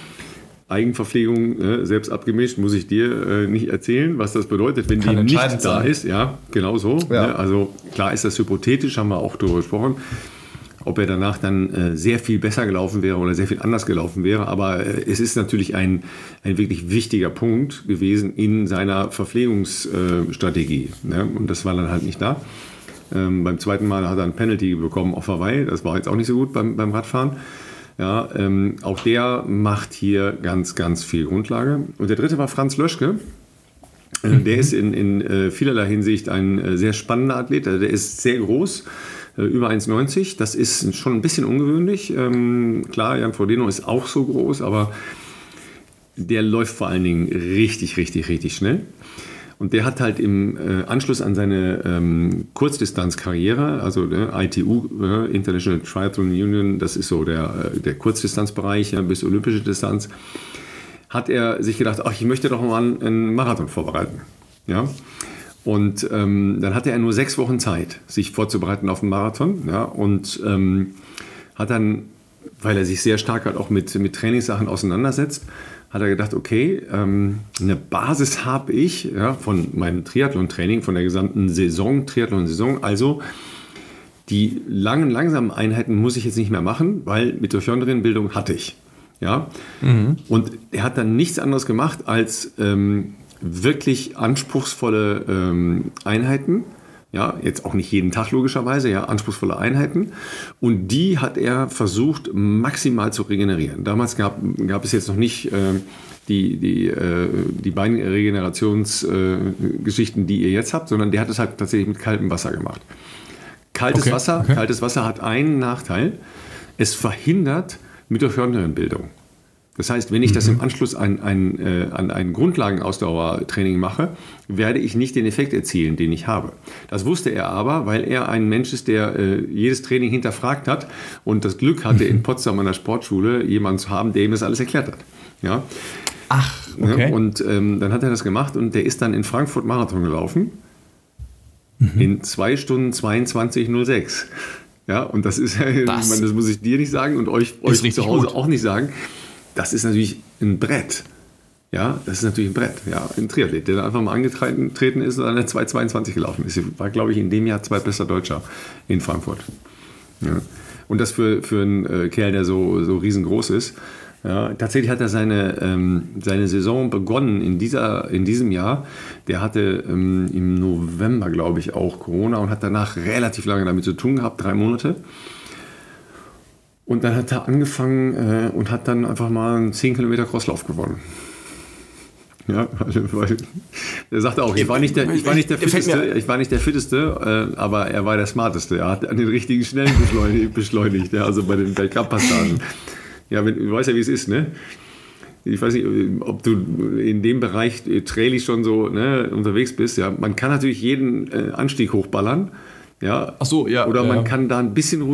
Eigenverpflegung, selbst abgemischt, muss ich dir nicht erzählen, was das bedeutet, wenn die nicht da ist. Ja, genau so. Ja. Ne? Also klar ist das hypothetisch, haben wir auch darüber gesprochen, ob er danach dann sehr viel besser gelaufen wäre oder sehr viel anders gelaufen wäre. Aber es ist natürlich ein wirklich wichtiger Punkt gewesen in seiner Verpflegungsstrategie. Ne? Und das war dann halt nicht da. Beim zweiten Mal hat er ein Penalty bekommen auf Hawaii. Das war jetzt auch nicht so gut beim Radfahren. Ja, auch der macht hier ganz, ganz viel Grundlage. Und der dritte war Franz Löschke. Der ist in vielerlei Hinsicht ein sehr spannender Athlet. Der ist sehr groß, über 1,90. Das ist schon ein bisschen ungewöhnlich. Klar, Jan Frodeno ist auch so groß, aber der läuft vor allen Dingen richtig, richtig, richtig schnell. Und der hat halt im Anschluss an seine Kurzdistanzkarriere, also ITU, International Triathlon Union, das ist so der Kurzdistanzbereich bis olympische Distanz, hat er sich gedacht, ach, ich möchte doch mal einen Marathon vorbereiten. Ja? Und dann hatte er nur 6 Wochen Zeit, sich vorzubereiten auf einen Marathon. Ja? Und hat dann, weil er sich sehr stark halt auch mit Trainingssachen auseinandersetzt, hat er gedacht, okay, eine Basis habe ich von meinem Triathlon-Training, von der gesamten Triathlon-Saison. Also die langen, langsamen Einheiten muss ich jetzt nicht mehr machen, weil Mitochondrienbildung hatte ich. Ja? Und er hat dann nichts anderes gemacht als wirklich anspruchsvolle Einheiten. Ja, jetzt auch nicht jeden Tag logischerweise, ja, anspruchsvolle Einheiten. Und die hat er versucht maximal zu regenerieren. Damals gab es jetzt noch nicht die beiden Regenerationsgeschichten, die ihr jetzt habt, sondern der hat es halt tatsächlich mit kaltem Wasser gemacht. Kaltes Wasser hat einen Nachteil. Es verhindert Mitochondrienbildung. Das heißt, wenn ich das im Anschluss an ein Grundlagenausdauertraining mache, werde ich nicht den Effekt erzielen, den ich habe. Das wusste er aber, weil er ein Mensch ist, der jedes Training hinterfragt hat und das Glück hatte, in Potsdam an der Sportschule jemanden zu haben, der ihm das alles erklärt hat. Ja? Ach, okay. Ja, und dann hat er das gemacht und der ist dann in Frankfurt Marathon gelaufen in 2 Stunden 22:06. Ja, und das ist, das muss ich dir nicht sagen und euch zu Hause auch nicht sagen. Das ist natürlich ein Brett. Ja, das ist natürlich ein Brett. Ja, ein Triathlet, der da einfach mal angetreten ist und an der 2:22 gelaufen ist. War, glaube ich, in dem Jahr zweitbester Deutscher in Frankfurt. Ja. Und das für einen Kerl, der so riesengroß ist. Ja, tatsächlich hat er seine Saison begonnen in diesem Jahr. Der hatte im November, glaube ich, auch Corona und hat danach relativ lange damit zu tun gehabt, 3 Monate. Und dann hat er angefangen und hat dann einfach mal einen 10 Kilometer Crosslauf gewonnen. Ja, weil er sagte auch, ich war nicht der Fitteste, aber er war der Smarteste. Er hat an den richtigen Stellen beschleunigt, ja, also bei den Weltcup-Passagen. Ja, du weißt ja, wie es ist, ne? Ich weiß nicht, ob du in dem Bereich trailig schon so unterwegs bist. Ja, man kann natürlich jeden Anstieg hochballern. Ja. Ach so, ja. Oder man kann da ein bisschen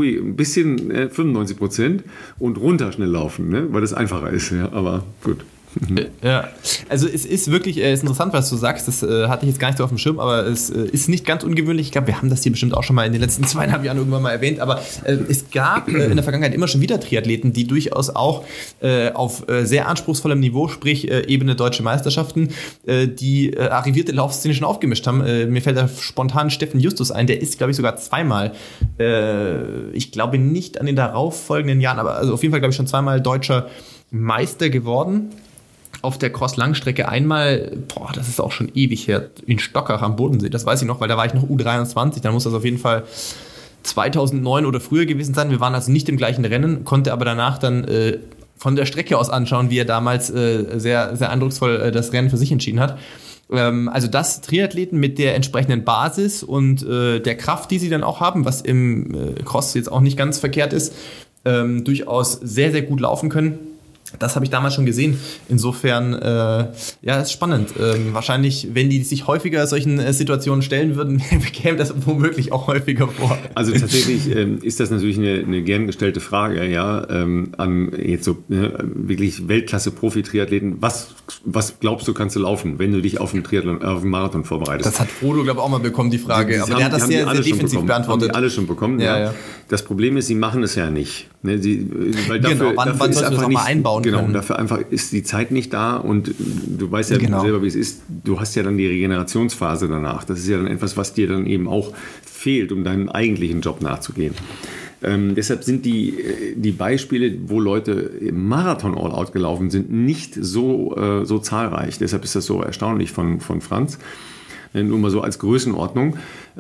95% und runter schnell laufen, ne? Weil das einfacher ist. Ja, aber gut. Ja, also es ist wirklich ist interessant, was du sagst. Das hatte ich jetzt gar nicht so auf dem Schirm, aber es ist nicht ganz ungewöhnlich. Ich glaube, wir haben das hier bestimmt auch schon mal in den letzten 2,5 Jahren irgendwann mal erwähnt. Aber es gab in der Vergangenheit immer schon wieder Triathleten, die durchaus auch auf sehr anspruchsvollem Niveau, sprich Ebene Deutsche Meisterschaften, die arrivierte Laufszene schon aufgemischt haben. Mir fällt da spontan Steffen Justus ein. Der ist, glaube ich, sogar zweimal, ich glaube nicht an den darauffolgenden Jahren, aber also auf jeden Fall, glaube ich, schon zweimal deutscher Meister geworden. Auf der Cross-Langstrecke einmal, das ist auch schon ewig her, in Stockach am Bodensee, das weiß ich noch, weil da war ich noch U23, dann muss das auf jeden Fall 2009 oder früher gewesen sein. Wir waren also nicht im gleichen Rennen, konnte aber danach dann von der Strecke aus anschauen, wie er damals sehr, sehr eindrucksvoll das Rennen für sich entschieden hat. Also das Triathleten mit der entsprechenden Basis und der Kraft, die sie dann auch haben, was im Cross jetzt auch nicht ganz verkehrt ist, durchaus sehr, sehr gut laufen können. Das habe ich damals schon gesehen. Insofern, ist spannend. Wahrscheinlich, wenn die sich häufiger solchen Situationen stellen würden, käme das womöglich auch häufiger vor. Also tatsächlich ist das natürlich eine gern gestellte Frage, ja, an jetzt so wirklich Weltklasse-Profi-Triathleten. Was glaubst du, kannst du laufen, wenn du dich auf einen Marathon vorbereitest? Das hat Frodo, glaube ich, auch mal bekommen, die Frage. Aber der hat das sehr, sehr defensiv beantwortet. Haben die alle schon bekommen, ja. Das Problem ist, sie machen es ja nicht. Ne? Weil wann sollst du das auch mal einbauen genau, können? Dafür einfach ist die Zeit nicht da und du weißt ja selber, wie es ist. Du hast ja dann die Regenerationsphase danach. Das ist ja dann etwas, was dir dann eben auch fehlt, um deinem eigentlichen Job nachzugehen. Deshalb sind die Beispiele, wo Leute im Marathon All-Out gelaufen sind, nicht so zahlreich. Deshalb ist das so erstaunlich von Franz. Nur mal so als Größenordnung.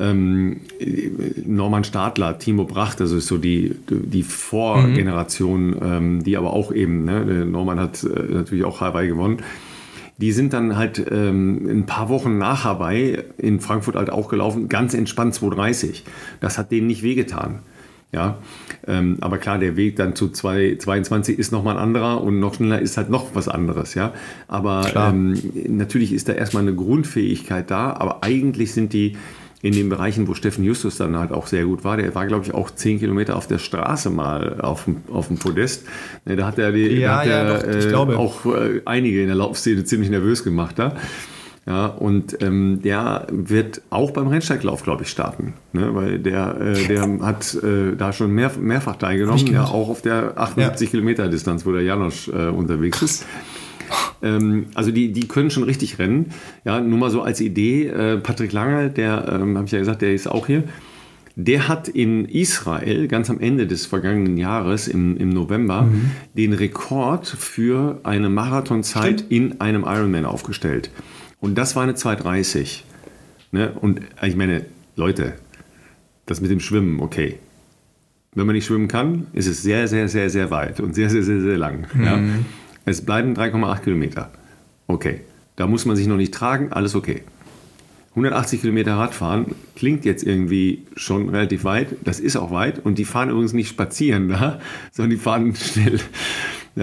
Norman Stadler, Timo Bracht, das ist so die Vorgeneration, die aber auch eben, ne, Norman hat natürlich auch Hawaii gewonnen. Die sind dann halt ein paar Wochen nach Hawaii in Frankfurt halt auch gelaufen, ganz entspannt 2:30. Das hat denen nicht wehgetan. Ja, aber klar, der Weg dann zu 2:22 ist nochmal ein anderer und noch schneller ist halt noch was anderes, ja. Aber natürlich ist da erstmal eine Grundfähigkeit da, aber eigentlich sind die in den Bereichen, wo Steffen Justus dann halt auch sehr gut war, der war, glaube ich, auch 10 Kilometer auf der Straße mal auf dem Podest. Da hat er auch einige in der Laufszene ziemlich nervös gemacht da. Ja, und der wird auch beim Rennsteiglauf, glaube ich, starten. Ne? Weil der hat da schon mehrfach teilgenommen, ja, auch auf der 78 Kilometer Distanz, wo der Janosch unterwegs ist. Also die können schon richtig rennen. Ja, nur mal so als Idee, Patrick Lange, der, habe ich ja gesagt, der ist auch hier. Der hat in Israel ganz am Ende des vergangenen Jahres, im November, den Rekord für eine Marathonzeit in einem Ironman aufgestellt. Und das war eine 2:30. Ne? Und ich meine, Leute, das mit dem Schwimmen, okay. Wenn man nicht schwimmen kann, ist es sehr, sehr, sehr, sehr weit und sehr, sehr, sehr, sehr lang. Ja? Es bleiben 3,8 Kilometer. Okay, da muss man sich noch nicht tragen, alles okay. 180 Kilometer Radfahren klingt jetzt irgendwie schon relativ weit. Das ist auch weit. Und die fahren übrigens nicht spazieren da, sondern die fahren schnell. Ja.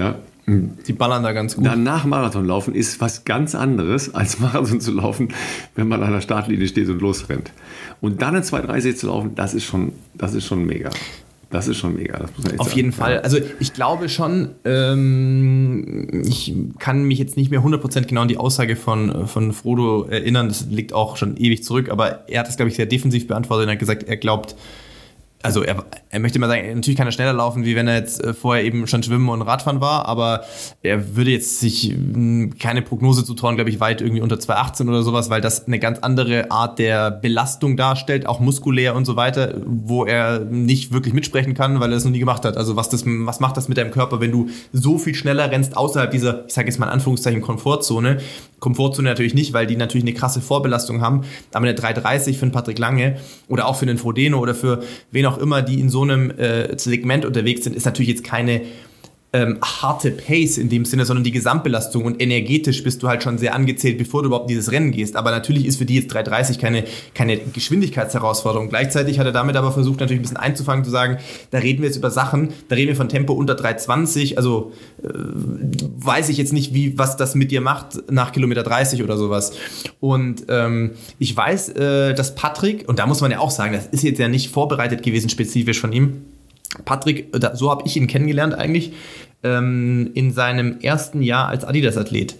Die ballern da ganz gut. Danach Marathon laufen ist was ganz anderes, als Marathon zu laufen, wenn man an der Startlinie steht und losrennt. Und dann in 2,30 zu laufen, das ist schon mega. Das ist schon mega. Das muss man echt Auf sagen. jeden Fall. Also ich glaube schon, ich kann mich jetzt nicht mehr 100% genau an die Aussage von Frodo erinnern. Das liegt auch schon ewig zurück. Aber er hat das, glaube ich, sehr defensiv beantwortet. Er hat gesagt, er glaubt, also er möchte mal sagen, natürlich kann er schneller laufen, wie wenn er jetzt vorher eben schon Schwimmen und Radfahren war, aber er würde jetzt sich keine Prognose zutrauen, glaube ich, weit irgendwie unter 2,18 oder sowas, weil das eine ganz andere Art der Belastung darstellt, auch muskulär und so weiter, wo er nicht wirklich mitsprechen kann, weil er das noch nie gemacht hat. Also was macht das mit deinem Körper, wenn du so viel schneller rennst, außerhalb dieser, ich sage jetzt mal in Anführungszeichen, Komfortzone natürlich nicht, weil die natürlich eine krasse Vorbelastung haben, aber eine 3,30 für einen Patrick Lange oder auch für einen Frodeno oder für wen auch immer, die in so einem Segment unterwegs sind, ist natürlich jetzt keine harte Pace in dem Sinne, sondern die Gesamtbelastung, und energetisch bist du halt schon sehr angezählt, bevor du überhaupt in dieses Rennen gehst. Aber natürlich ist für die jetzt 3,30 keine Geschwindigkeitsherausforderung. Gleichzeitig hat er damit aber versucht, natürlich ein bisschen einzufangen, zu sagen, da reden wir jetzt über Sachen, da reden wir von Tempo unter 3,20, also weiß ich jetzt nicht, was das mit dir macht nach Kilometer 30 oder sowas. Und ich weiß, dass Patrick, und da muss man ja auch sagen, das ist jetzt ja nicht vorbereitet gewesen, spezifisch von ihm, Patrick, so habe ich ihn kennengelernt eigentlich, in seinem ersten Jahr als Adidas-Athlet.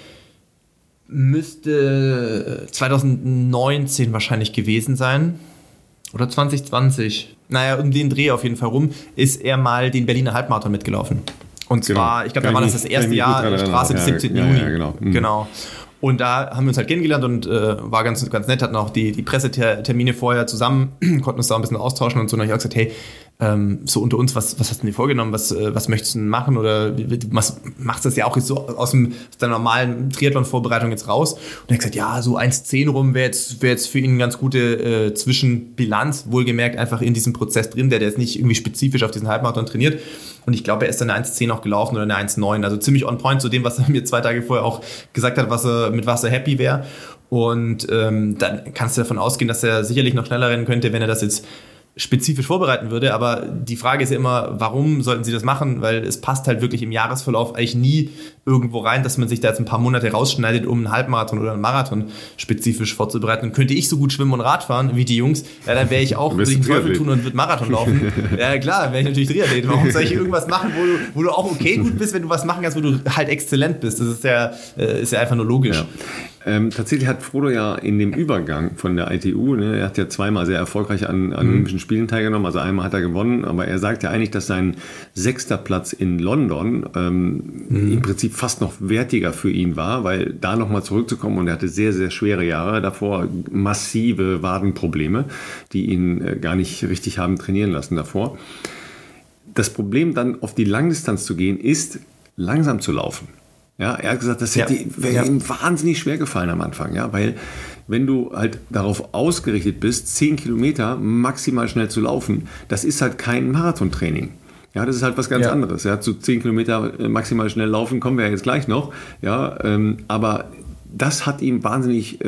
Müsste 2019 wahrscheinlich gewesen sein. Oder 2020. Naja, um den Dreh auf jeden Fall rum, ist er mal den Berliner Halbmarathon mitgelaufen. Und zwar, ich glaube, da war das erste Jahr, Straße des 17. Juni. Ja, genau. Und da haben wir uns halt kennengelernt und war ganz, ganz nett, hatten auch die Pressetermine vorher zusammen, konnten uns da ein bisschen austauschen und so. Und dann habe ich auch gesagt, hey, so unter uns, was hast du dir vorgenommen, was möchtest du denn machen, oder machst das ja auch jetzt so aus der normalen Triathlon-Vorbereitung jetzt raus? Und er hat gesagt, ja, so 1,10 rum wäre jetzt für ihn eine ganz gute Zwischenbilanz, wohlgemerkt einfach in diesem Prozess drin, der jetzt nicht irgendwie spezifisch auf diesen Halbmarathon trainiert. Und ich glaube, er ist dann eine 1,10 auch gelaufen oder eine 1,9, also ziemlich on point zu dem, was er mir 2 Tage vorher auch gesagt hat, mit was er happy wäre. Und dann kannst du davon ausgehen, dass er sicherlich noch schneller rennen könnte, wenn er das jetzt spezifisch vorbereiten würde, aber die Frage ist ja immer, warum sollten sie das machen, weil es passt halt wirklich im Jahresverlauf eigentlich nie irgendwo rein, dass man sich da jetzt ein paar Monate rausschneidet, um einen Halbmarathon oder einen Marathon spezifisch vorzubereiten. Und könnte ich so gut schwimmen und Radfahren wie die Jungs, ja, dann wäre ich auch, würde ich den Teufel tun und würde Marathon laufen. Ja klar, dann wäre ich natürlich Triathlet. Warum soll ich irgendwas machen, wo du auch okay gut bist, wenn du was machen kannst, wo du halt exzellent bist? Das ist ja einfach nur logisch. Ja. Tatsächlich hat Frodo ja in dem Übergang von der ITU, er hat ja zweimal sehr erfolgreich an Olympischen Spielen teilgenommen, also einmal hat er gewonnen, aber er sagt ja eigentlich, dass sein 6. Platz in London im Prinzip fast noch wertiger für ihn war, weil da nochmal zurückzukommen, und er hatte sehr, sehr schwere Jahre davor, massive Wadenprobleme, die ihn gar nicht richtig haben trainieren lassen davor. Das Problem dann auf die Langdistanz zu gehen, ist langsam zu laufen. Ja, er hat gesagt, das wäre ihm wahnsinnig schwer gefallen am Anfang, ja, weil wenn du halt darauf ausgerichtet bist, 10 Kilometer maximal schnell zu laufen, das ist halt kein Marathontraining. Ja, das ist halt was ganz anderes. Ja, zu 10 Kilometer maximal schnell laufen kommen wir ja jetzt gleich noch. Ja, aber das hat ihm wahnsinnig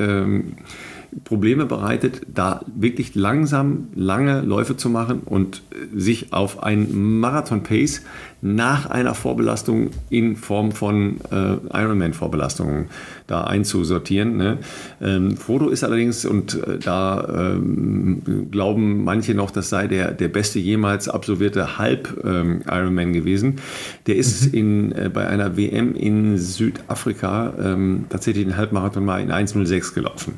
Probleme bereitet, da wirklich langsam lange Läufe zu machen und sich auf ein Marathon-Pace nach einer Vorbelastung in Form von Ironman-Vorbelastung da einzusortieren. Ne? Frodo ist allerdings, und da glauben manche noch, das sei der beste jemals absolvierte Halb-Ironman gewesen. Der ist bei einer WM in Südafrika tatsächlich den Halbmarathon mal in 1,06 gelaufen.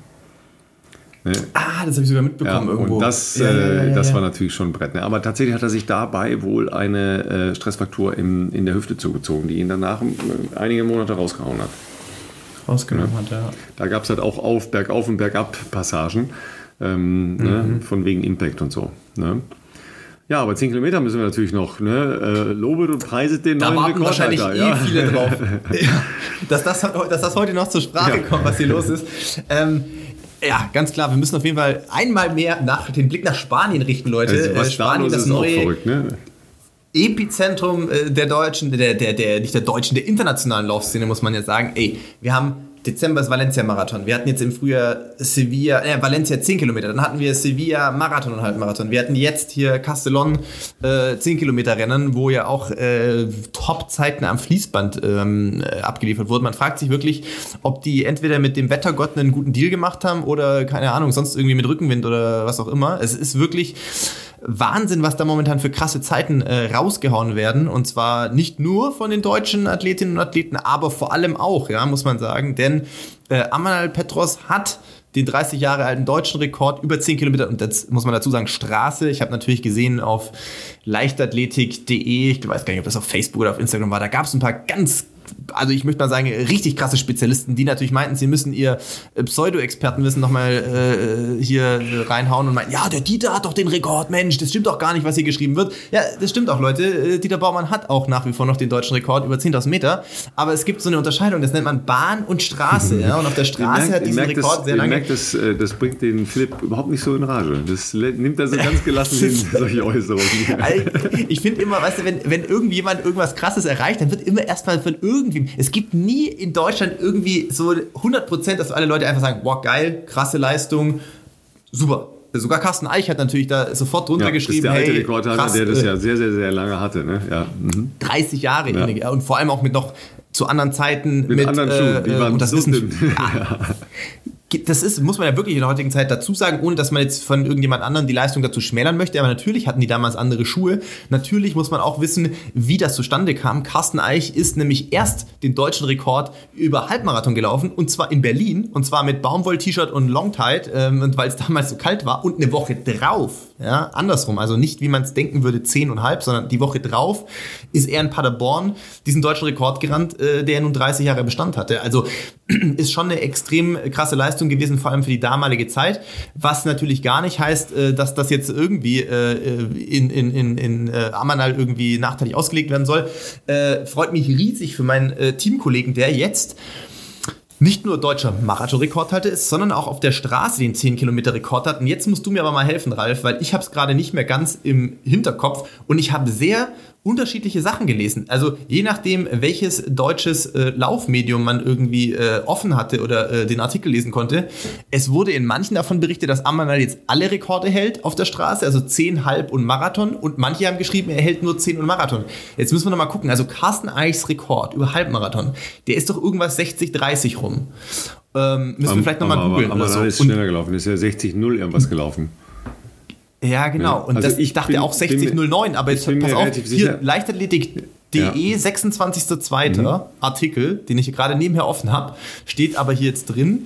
Ne? Das habe ich sogar mitbekommen irgendwo. Und das war natürlich schon ein Brett. Ne? Aber tatsächlich hat er sich dabei wohl eine Stressfraktur in der Hüfte zugezogen, die ihn danach einige Monate rausgehauen hat. Da gab es halt auch Bergauf und Bergab Passagen, ne? Von wegen Impact und so. Ne? Ja, aber 10 Kilometer müssen wir natürlich noch, ne? Lobet und preiset den neuen Rekord. Da warten wahrscheinlich viele drauf. Dass das heute noch zur Sprache kommt, was hier los ist. Ja, ganz klar, wir müssen auf jeden Fall einmal mehr den Blick nach Spanien richten, Leute. Also Spanien ist neue auch verrückt, ne? Epizentrum der deutschen, der internationalen Laufszene, muss man ja sagen. Ey, wir haben Dezember ist Valencia-Marathon. Wir hatten jetzt im Frühjahr Valencia 10 Kilometer. Dann hatten wir Sevilla Marathon und Halbmarathon. Wir hatten jetzt hier Castellón 10 Kilometer Rennen, wo ja auch Top-Zeiten am Fließband abgeliefert wurden. Man fragt sich wirklich, ob die entweder mit dem Wettergott einen guten Deal gemacht haben oder, keine Ahnung, sonst irgendwie mit Rückenwind oder was auch immer. Es ist wirklich Wahnsinn, was da momentan für krasse Zeiten rausgehauen werden. Und zwar nicht nur von den deutschen Athletinnen und Athleten, aber vor allem auch, ja, muss man sagen. Denn Amanal Petros hat den 30 Jahre alten deutschen Rekord über 10 Kilometer, und das muss man dazu sagen, Straße. Ich habe natürlich gesehen auf leichtathletik.de, ich weiß gar nicht, ob das auf Facebook oder auf Instagram war, da gab es ein paar also ich möchte mal sagen, richtig krasse Spezialisten, die natürlich meinten, sie müssen ihr Pseudo-Expertenwissen nochmal hier reinhauen und meinten, ja, der Dieter hat doch den Rekord, Mensch, das stimmt doch gar nicht, was hier geschrieben wird. Ja, das stimmt auch, Leute. Dieter Baumann hat auch nach wie vor noch den deutschen Rekord über 10.000 Meter, aber es gibt so eine Unterscheidung, das nennt man Bahn und Straße. Ja? Und auf der Straße hat diesen Rekord sehr lange... Das bringt den Philipp überhaupt nicht so in Rage. Das nimmt er so ganz gelassen hin, solche Äußerungen. Ich finde immer, weißt du, wenn irgendjemand irgendwas Krasses erreicht, dann wird immer erstmal von irgendwem. Es gibt nie in Deutschland irgendwie so 100%, dass alle Leute einfach sagen, boah, geil, krasse Leistung, super. Sogar Carsten Eich hat natürlich da sofort drunter geschrieben, das ist der alte Rekordhalter, der das ja sehr, sehr, sehr lange hatte. Ne? Ja. 30 Jahre und vor allem auch mit noch zu anderen Zeiten. Mit anderen Schuhen, die waren und das so Wissen. Das muss man ja wirklich in der heutigen Zeit dazu sagen, ohne dass man jetzt von irgendjemand anderem die Leistung dazu schmälern möchte. Aber natürlich hatten die damals andere Schuhe. Natürlich muss man auch wissen, wie das zustande kam. Carsten Eich ist nämlich erst den deutschen Rekord über Halbmarathon gelaufen, und zwar in Berlin, und zwar mit Baumwoll-T-Shirt und Longtide, weil es damals so kalt war, und eine Woche drauf, ja, andersrum, also nicht wie man es denken würde 10,5, sondern die Woche drauf ist er in Paderborn diesen deutschen Rekord gerannt, der nun 30 Jahre Bestand hatte. Also ist schon eine extrem krasse Leistung gewesen, vor allem für die damalige Zeit, was natürlich gar nicht heißt, dass das jetzt irgendwie in Amanal irgendwie nachteilig ausgelegt werden soll. Freut mich riesig für meinen Teamkollegen, der jetzt nicht nur deutscher Marathon-Rekordhalter ist, sondern auch auf der Straße den 10-Kilometer-Rekord hat. Und jetzt musst du mir aber mal helfen, Ralf, weil ich habe es gerade nicht mehr ganz im Hinterkopf und ich habe sehr unterschiedliche Sachen gelesen. Also je nachdem, welches deutsches Laufmedium man irgendwie offen hatte oder den Artikel lesen konnte, es wurde in manchen davon berichtet, dass Amanal jetzt alle Rekorde hält auf der Straße, also 10, Halb und Marathon, und manche haben geschrieben, er hält nur 10 und Marathon. Jetzt müssen wir noch mal gucken, also Carsten Eichs Rekord über Halbmarathon, der ist doch irgendwas 60-30 rum. Müssen wir vielleicht noch mal googeln. Aber so. Ist schneller gelaufen, ist ja 60-0 irgendwas gelaufen. Ja, genau. Und also ich dachte auch 60,09, aber jetzt pass auf, hier leichtathletik.de, 26.02. Artikel, den ich gerade nebenher offen habe, steht aber hier jetzt drin.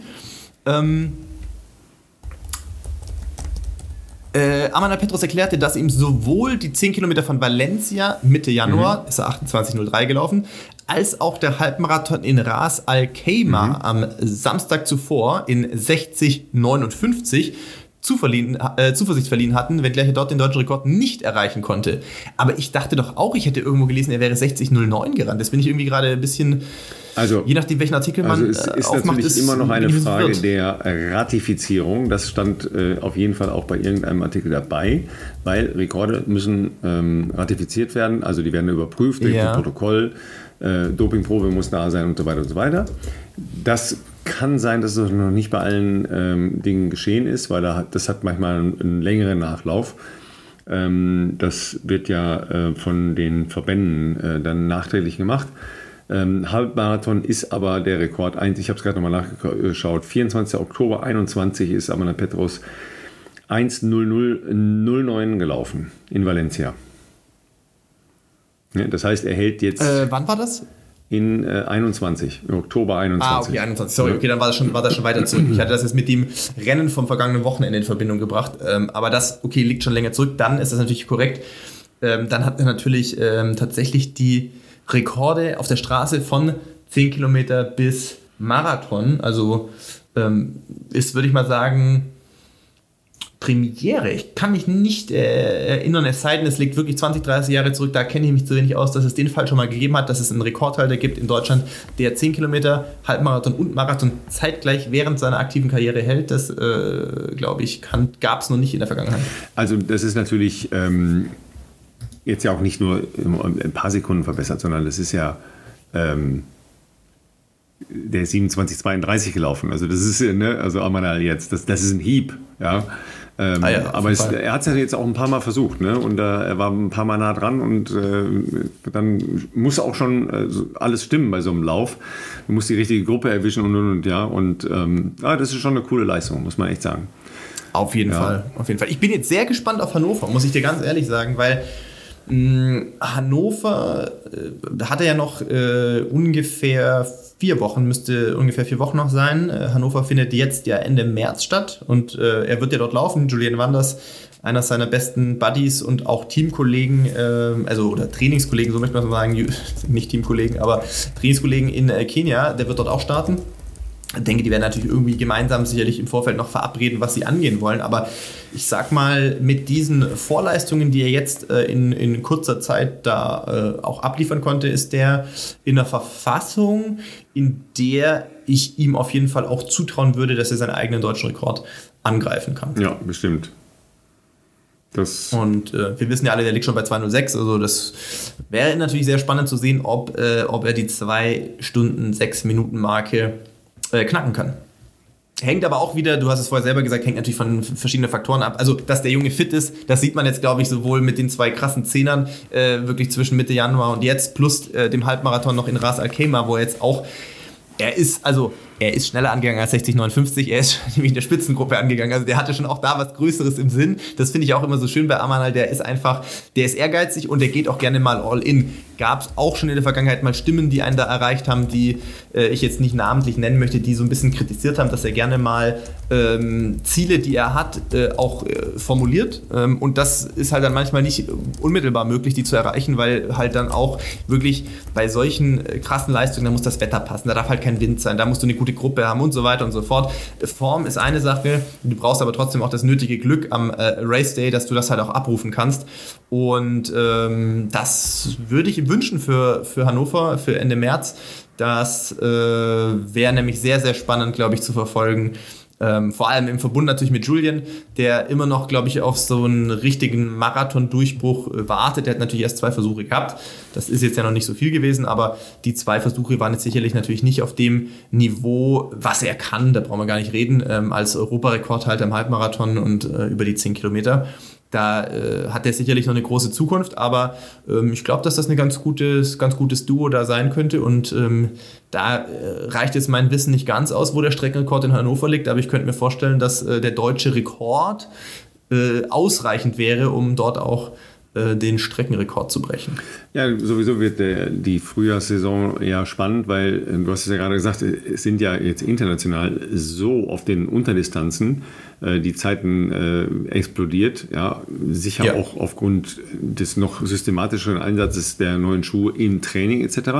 Amanal Petros erklärte, dass ihm sowohl die 10 Kilometer von Valencia Mitte Januar, ist er 28,03 gelaufen, als auch der Halbmarathon in Ras Al Khaimah am Samstag zuvor in 60,59 Zuversicht verliehen hatten, wenngleich er dort den deutschen Rekord nicht erreichen konnte. Aber ich dachte doch auch, ich hätte irgendwo gelesen, er wäre 60,09 gerannt. Das bin ich irgendwie gerade ein bisschen, je nachdem, welchen Artikel man ist aufmacht. Es ist immer noch eine Frage der Ratifizierung. Das stand auf jeden Fall auch bei irgendeinem Artikel dabei, weil Rekorde müssen ratifiziert werden. Also die werden überprüft durch das Protokoll, Dopingprobe muss da sein und so weiter und so weiter. Das kann sein, dass das noch nicht bei allen Dingen geschehen ist, weil das hat manchmal einen längeren Nachlauf. Das wird ja von den Verbänden dann nachträglich gemacht. Halbmarathon ist aber der Rekord. Ich habe es gerade nochmal nachgeschaut. 24. Oktober 21 ist Amanal Petros 1:00:09 gelaufen in Valencia. Ja, das heißt, er hält jetzt... wann war das? In 21, im Oktober 21. Okay, 21. Sorry, okay, dann war das schon weiter zurück. Ich hatte das jetzt mit dem Rennen vom vergangenen Wochenende in Verbindung gebracht. Aber das, okay, liegt schon länger zurück. Dann ist das natürlich korrekt. Dann hat er natürlich tatsächlich die Rekorde auf der Straße von 10 Kilometer bis Marathon. Also ist, würde ich mal sagen, Premiere. Ich kann mich nicht erinnern, es sei denn, es liegt wirklich 20, 30 Jahre zurück, da kenne ich mich zu wenig aus, dass es den Fall schon mal gegeben hat, dass es einen Rekordhalter gibt in Deutschland, der 10 Kilometer, Halbmarathon und Marathon zeitgleich während seiner aktiven Karriere hält. Das, glaube ich, gab es noch nicht in der Vergangenheit. Also das ist natürlich jetzt ja auch nicht nur ein paar Sekunden verbessert, sondern das ist ja der ist 27,32 gelaufen. Also das ist, ne, also Amanal jetzt, das ist ein Hieb, ja. Aber er hat es ja jetzt auch ein paar Mal versucht, ne? Und er war ein paar Mal nah dran und dann muss auch schon alles stimmen bei so einem Lauf. Du musst die richtige Gruppe erwischen und ja. Und das ist schon eine coole Leistung, muss man echt sagen. Auf jeden Fall. Ich bin jetzt sehr gespannt auf Hannover, muss ich dir ganz ehrlich sagen, weil Hannover hatte ja noch ungefähr 4 Wochen, müsste ungefähr 4 Wochen noch sein. Hannover findet jetzt ja Ende März statt und er wird ja dort laufen. Julian Wanders, einer seiner besten Buddies und auch Teamkollegen, oder Trainingskollegen, so möchte man sagen, nicht Teamkollegen, aber Trainingskollegen in Kenia, der wird dort auch starten. Ich denke, die werden natürlich irgendwie gemeinsam sicherlich im Vorfeld noch verabreden, was sie angehen wollen. Aber ich sag mal, mit diesen Vorleistungen, die er jetzt in kurzer Zeit da auch abliefern konnte, ist der in einer Verfassung, in der ich ihm auf jeden Fall auch zutrauen würde, dass er seinen eigenen deutschen Rekord angreifen kann. Ja, bestimmt. Und wir wissen ja alle, der liegt schon bei 2:06, also das wäre natürlich sehr spannend zu sehen, ob er die 2-Stunden-6-Minuten-Marke knacken kann. Hängt aber auch wieder, du hast es vorher selber gesagt, hängt natürlich von verschiedenen Faktoren ab. Also, dass der Junge fit ist, das sieht man jetzt, glaube ich, sowohl mit den 2 krassen Zehnern, wirklich zwischen Mitte Januar und jetzt, plus dem Halbmarathon noch in Ras Al Khaimah, wo er jetzt auch, er ist schneller angegangen als 60,59, er ist nämlich in der Spitzengruppe angegangen, also der hatte schon auch da was Größeres im Sinn. Das finde ich auch immer so schön bei Amanal, der ist ehrgeizig und der geht auch gerne mal all in. Gab es auch schon in der Vergangenheit mal Stimmen, die einen da erreicht haben, die ich jetzt nicht namentlich nennen möchte, die so ein bisschen kritisiert haben, dass er gerne mal Ziele, die er hat, auch formuliert. Und das ist halt dann manchmal nicht unmittelbar möglich, die zu erreichen, weil halt dann auch wirklich bei solchen krassen Leistungen, da muss das Wetter passen, da darf halt kein Wind sein, da musst du eine gute Gruppe haben und so weiter und so fort. Form ist eine Sache, du brauchst aber trotzdem auch das nötige Glück am Race Day, dass du das halt auch abrufen kannst. Und das würde ich ihm wünschen für Hannover, für Ende März. Das wäre nämlich sehr, sehr spannend, glaube ich, zu verfolgen. Vor allem im Verbund natürlich mit Julian, der immer noch, glaube ich, auf so einen richtigen Marathon-Durchbruch wartet. Der hat natürlich erst 2 Versuche gehabt. Das ist jetzt ja noch nicht so viel gewesen, aber die 2 Versuche waren jetzt sicherlich natürlich nicht auf dem Niveau, was er kann. Da brauchen wir gar nicht reden. Als Europarekordhalter im Halbmarathon und über die 10 Kilometer. Da hat er sicherlich noch eine große Zukunft, aber ich glaube, dass das ein ganz gutes Duo da sein könnte und da reicht jetzt mein Wissen nicht ganz aus, wo der Streckenrekord in Hannover liegt, aber ich könnte mir vorstellen, dass der deutsche Rekord ausreichend wäre, um dort auch den Streckenrekord zu brechen. Ja, sowieso wird die Frühjahrssaison eher spannend, weil du hast es ja gerade gesagt, es sind ja jetzt international so auf den Unterdistanzen die Zeiten explodiert, ja, sicher auch aufgrund des noch systematischeren Einsatzes der neuen Schuhe im Training etc.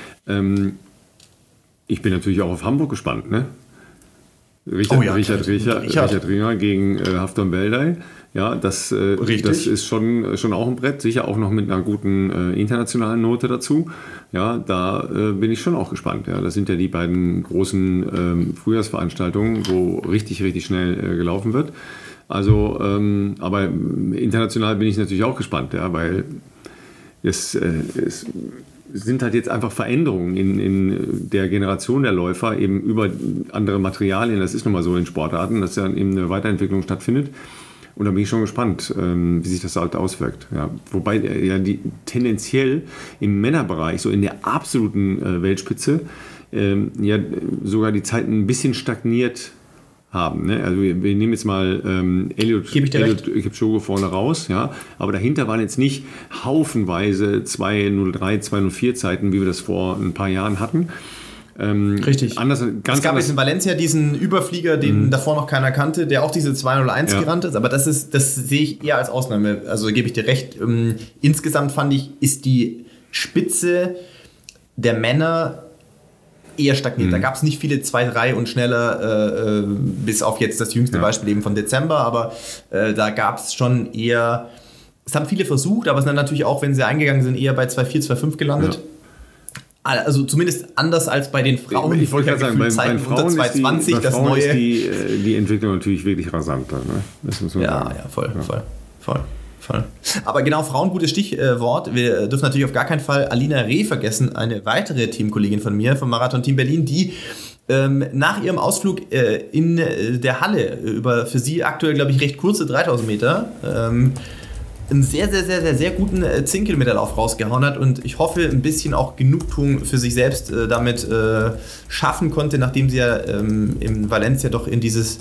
Ich bin natürlich auch auf Hamburg gespannt, ne? Richard Ringer gegen Hafton Beldey. Ja, das ist schon auch ein Brett, sicher auch noch mit einer guten internationalen Note dazu. Ja, da bin ich schon auch gespannt. Ja, das sind ja die beiden großen Frühjahrsveranstaltungen, wo richtig, richtig schnell gelaufen wird. Also, aber international bin ich natürlich auch gespannt, ja, weil es sind halt jetzt einfach Veränderungen in der Generation der Läufer eben über andere Materialien. Das ist nun mal so in Sportarten, dass ja eben eine Weiterentwicklung stattfindet. Und da bin ich schon gespannt, wie sich das halt auswirkt. Ja, wobei ja tendenziell im Männerbereich, so in der absoluten Weltspitze, ja sogar die Zeiten ein bisschen stagniert haben. Ne? Also wir nehmen jetzt mal Eliud Kipchoge vorne raus, ja, aber dahinter waren jetzt nicht haufenweise 2:03, 2:04 Zeiten, wie wir das vor ein paar Jahren hatten. Richtig. Es gab jetzt in Valencia diesen Überflieger, den davor noch keiner kannte, der auch diese 2:01 gerannt ist, aber das sehe ich eher als Ausnahme, also gebe ich dir recht. Insgesamt fand ich, ist die Spitze der Männer eher stagniert. Da gab es nicht viele 2:3 und schneller, bis auf jetzt das jüngste Beispiel eben von Dezember, aber da gab es schon eher, es haben viele versucht, aber es sind dann natürlich auch, wenn sie eingegangen sind, eher bei 2:4, 2:5 gelandet. Ja. Also zumindest anders als bei den Frauen. Ich wollte gerade sagen, bei den Frauen unter 2:20 das Neue. Ist die Entwicklung natürlich wirklich rasanter. Ne? Das muss man sagen. Ja, voll. Voll. Aber genau, Frauen, gutes Stichwort. Wir dürfen natürlich auf gar keinen Fall Alina Reh vergessen, eine weitere Teamkollegin von mir, vom Marathon-Team Berlin, die nach ihrem Ausflug in der Halle über für sie aktuell, glaube ich, recht kurze 3000 Meter einen sehr, sehr, sehr, sehr, sehr guten 10-Kilometer-Lauf rausgehauen hat und ich hoffe, ein bisschen auch Genugtuung für sich selbst damit schaffen konnte, nachdem sie ja in Valencia doch in dieses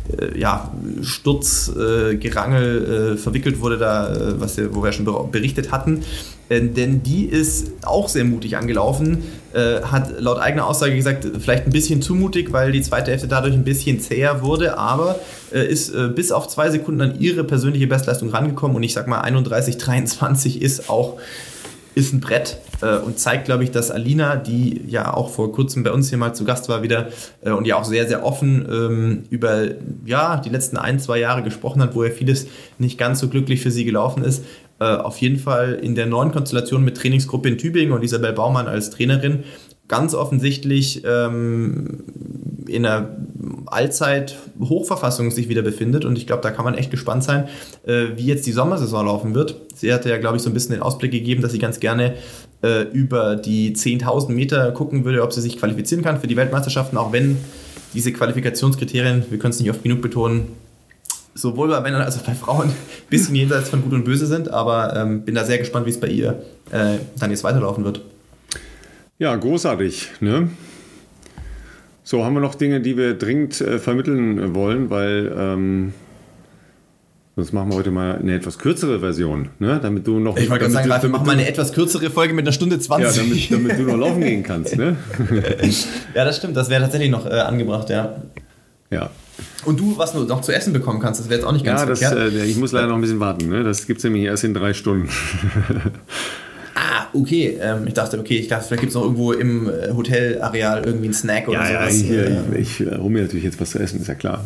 Sturzgerangel verwickelt wurde, wo wir schon berichtet hatten. Denn die ist auch sehr mutig angelaufen, hat laut eigener Aussage gesagt, vielleicht ein bisschen zu mutig, weil die zweite Hälfte dadurch ein bisschen zäher wurde, aber ist bis auf 2 Sekunden an ihre persönliche Bestleistung rangekommen und ich sag mal 31,23 ist ein Brett und zeigt, glaube ich, dass Alina, die ja auch vor kurzem bei uns hier mal zu Gast war wieder und ja auch sehr, sehr offen über die letzten 1-2 Jahre gesprochen hat, wo ja vieles nicht ganz so glücklich für sie gelaufen ist, auf jeden Fall in der neuen Konstellation mit Trainingsgruppe in Tübingen und Isabel Baumann als Trainerin ganz offensichtlich in einer Allzeit-Hochverfassung sich wieder befindet und ich glaube, da kann man echt gespannt sein, wie jetzt die Sommersaison laufen wird. Sie hatte ja, glaube ich, so ein bisschen den Ausblick gegeben, dass sie ganz gerne über die 10.000 Meter gucken würde, ob sie sich qualifizieren kann für die Weltmeisterschaften, auch wenn diese Qualifikationskriterien, wir können es nicht oft genug betonen, sowohl bei Männern als auch bei Frauen ein bisschen jenseits von Gut und Böse sind, aber bin da sehr gespannt, wie es bei ihr dann jetzt weiterlaufen wird. Ja, großartig, ne? So, haben wir noch Dinge, die wir dringend vermitteln wollen, weil sonst machen wir heute mal eine etwas kürzere Version, ne? Damit du noch... Ich wollte gerade sagen, wir machen mal eine etwas kürzere Folge mit 1:20. Ja, damit du noch laufen gehen kannst, ne? Ja, das stimmt, das wäre tatsächlich noch angebracht, ja. Ja. Und du, was du noch zu essen bekommen kannst, das wäre jetzt auch nicht ganz verkehrt. Ich muss leider noch ein bisschen warten, ne? Das gibt es nämlich erst in 3 Stunden. Ah, okay. Ich dachte, vielleicht gibt es noch irgendwo im Hotelareal irgendwie einen Snack oder sowas. Ja, ich hole mir natürlich jetzt was zu essen, ist ja klar.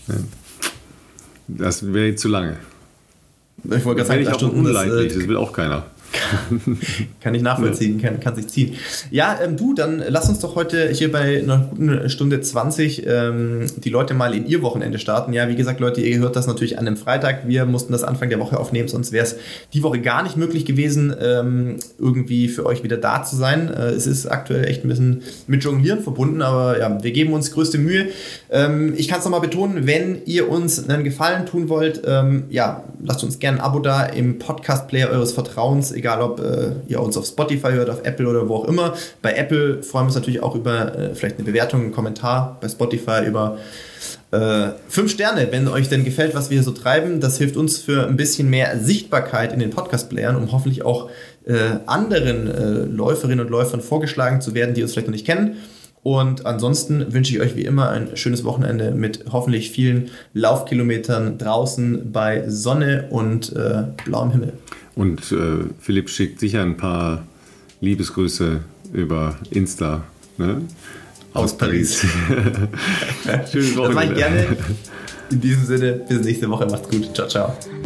Das wäre jetzt zu lange. Ich wollte gerade sagen, 3 Stunden unleidlich, das will auch keiner. Kann ich nachvollziehen, kann sich ziehen. Ja, dann lass uns doch heute hier bei einer guten Stunde 20 die Leute mal in ihr Wochenende starten. Ja, wie gesagt, Leute, ihr hört das natürlich an einem Freitag. Wir mussten das Anfang der Woche aufnehmen, sonst wäre es die Woche gar nicht möglich gewesen, irgendwie für euch wieder da zu sein. Es ist aktuell echt ein bisschen mit Jonglieren verbunden, aber ja, wir geben uns größte Mühe. Ich kann es nochmal betonen, wenn ihr uns einen Gefallen tun wollt, lasst uns gerne ein Abo da im Podcast-Player eures Vertrauens, egal ob ihr uns auf Spotify hört, auf Apple oder wo auch immer. Bei Apple freuen wir uns natürlich auch über vielleicht eine Bewertung, einen Kommentar. Bei Spotify über 5 Sterne, wenn euch denn gefällt, was wir hier so treiben. Das hilft uns für ein bisschen mehr Sichtbarkeit in den Podcast-Playern, um hoffentlich auch anderen Läuferinnen und Läufern vorgeschlagen zu werden, die uns vielleicht noch nicht kennen. Und ansonsten wünsche ich euch wie immer ein schönes Wochenende mit hoffentlich vielen Laufkilometern draußen bei Sonne und blauem Himmel. Und Philipp schickt sicher ein paar Liebesgrüße über Insta, ne? Aus Paris. Schönes Wochenende. Das mache ich gerne. In diesem Sinne, bis nächste Woche. Macht's gut. Ciao, ciao.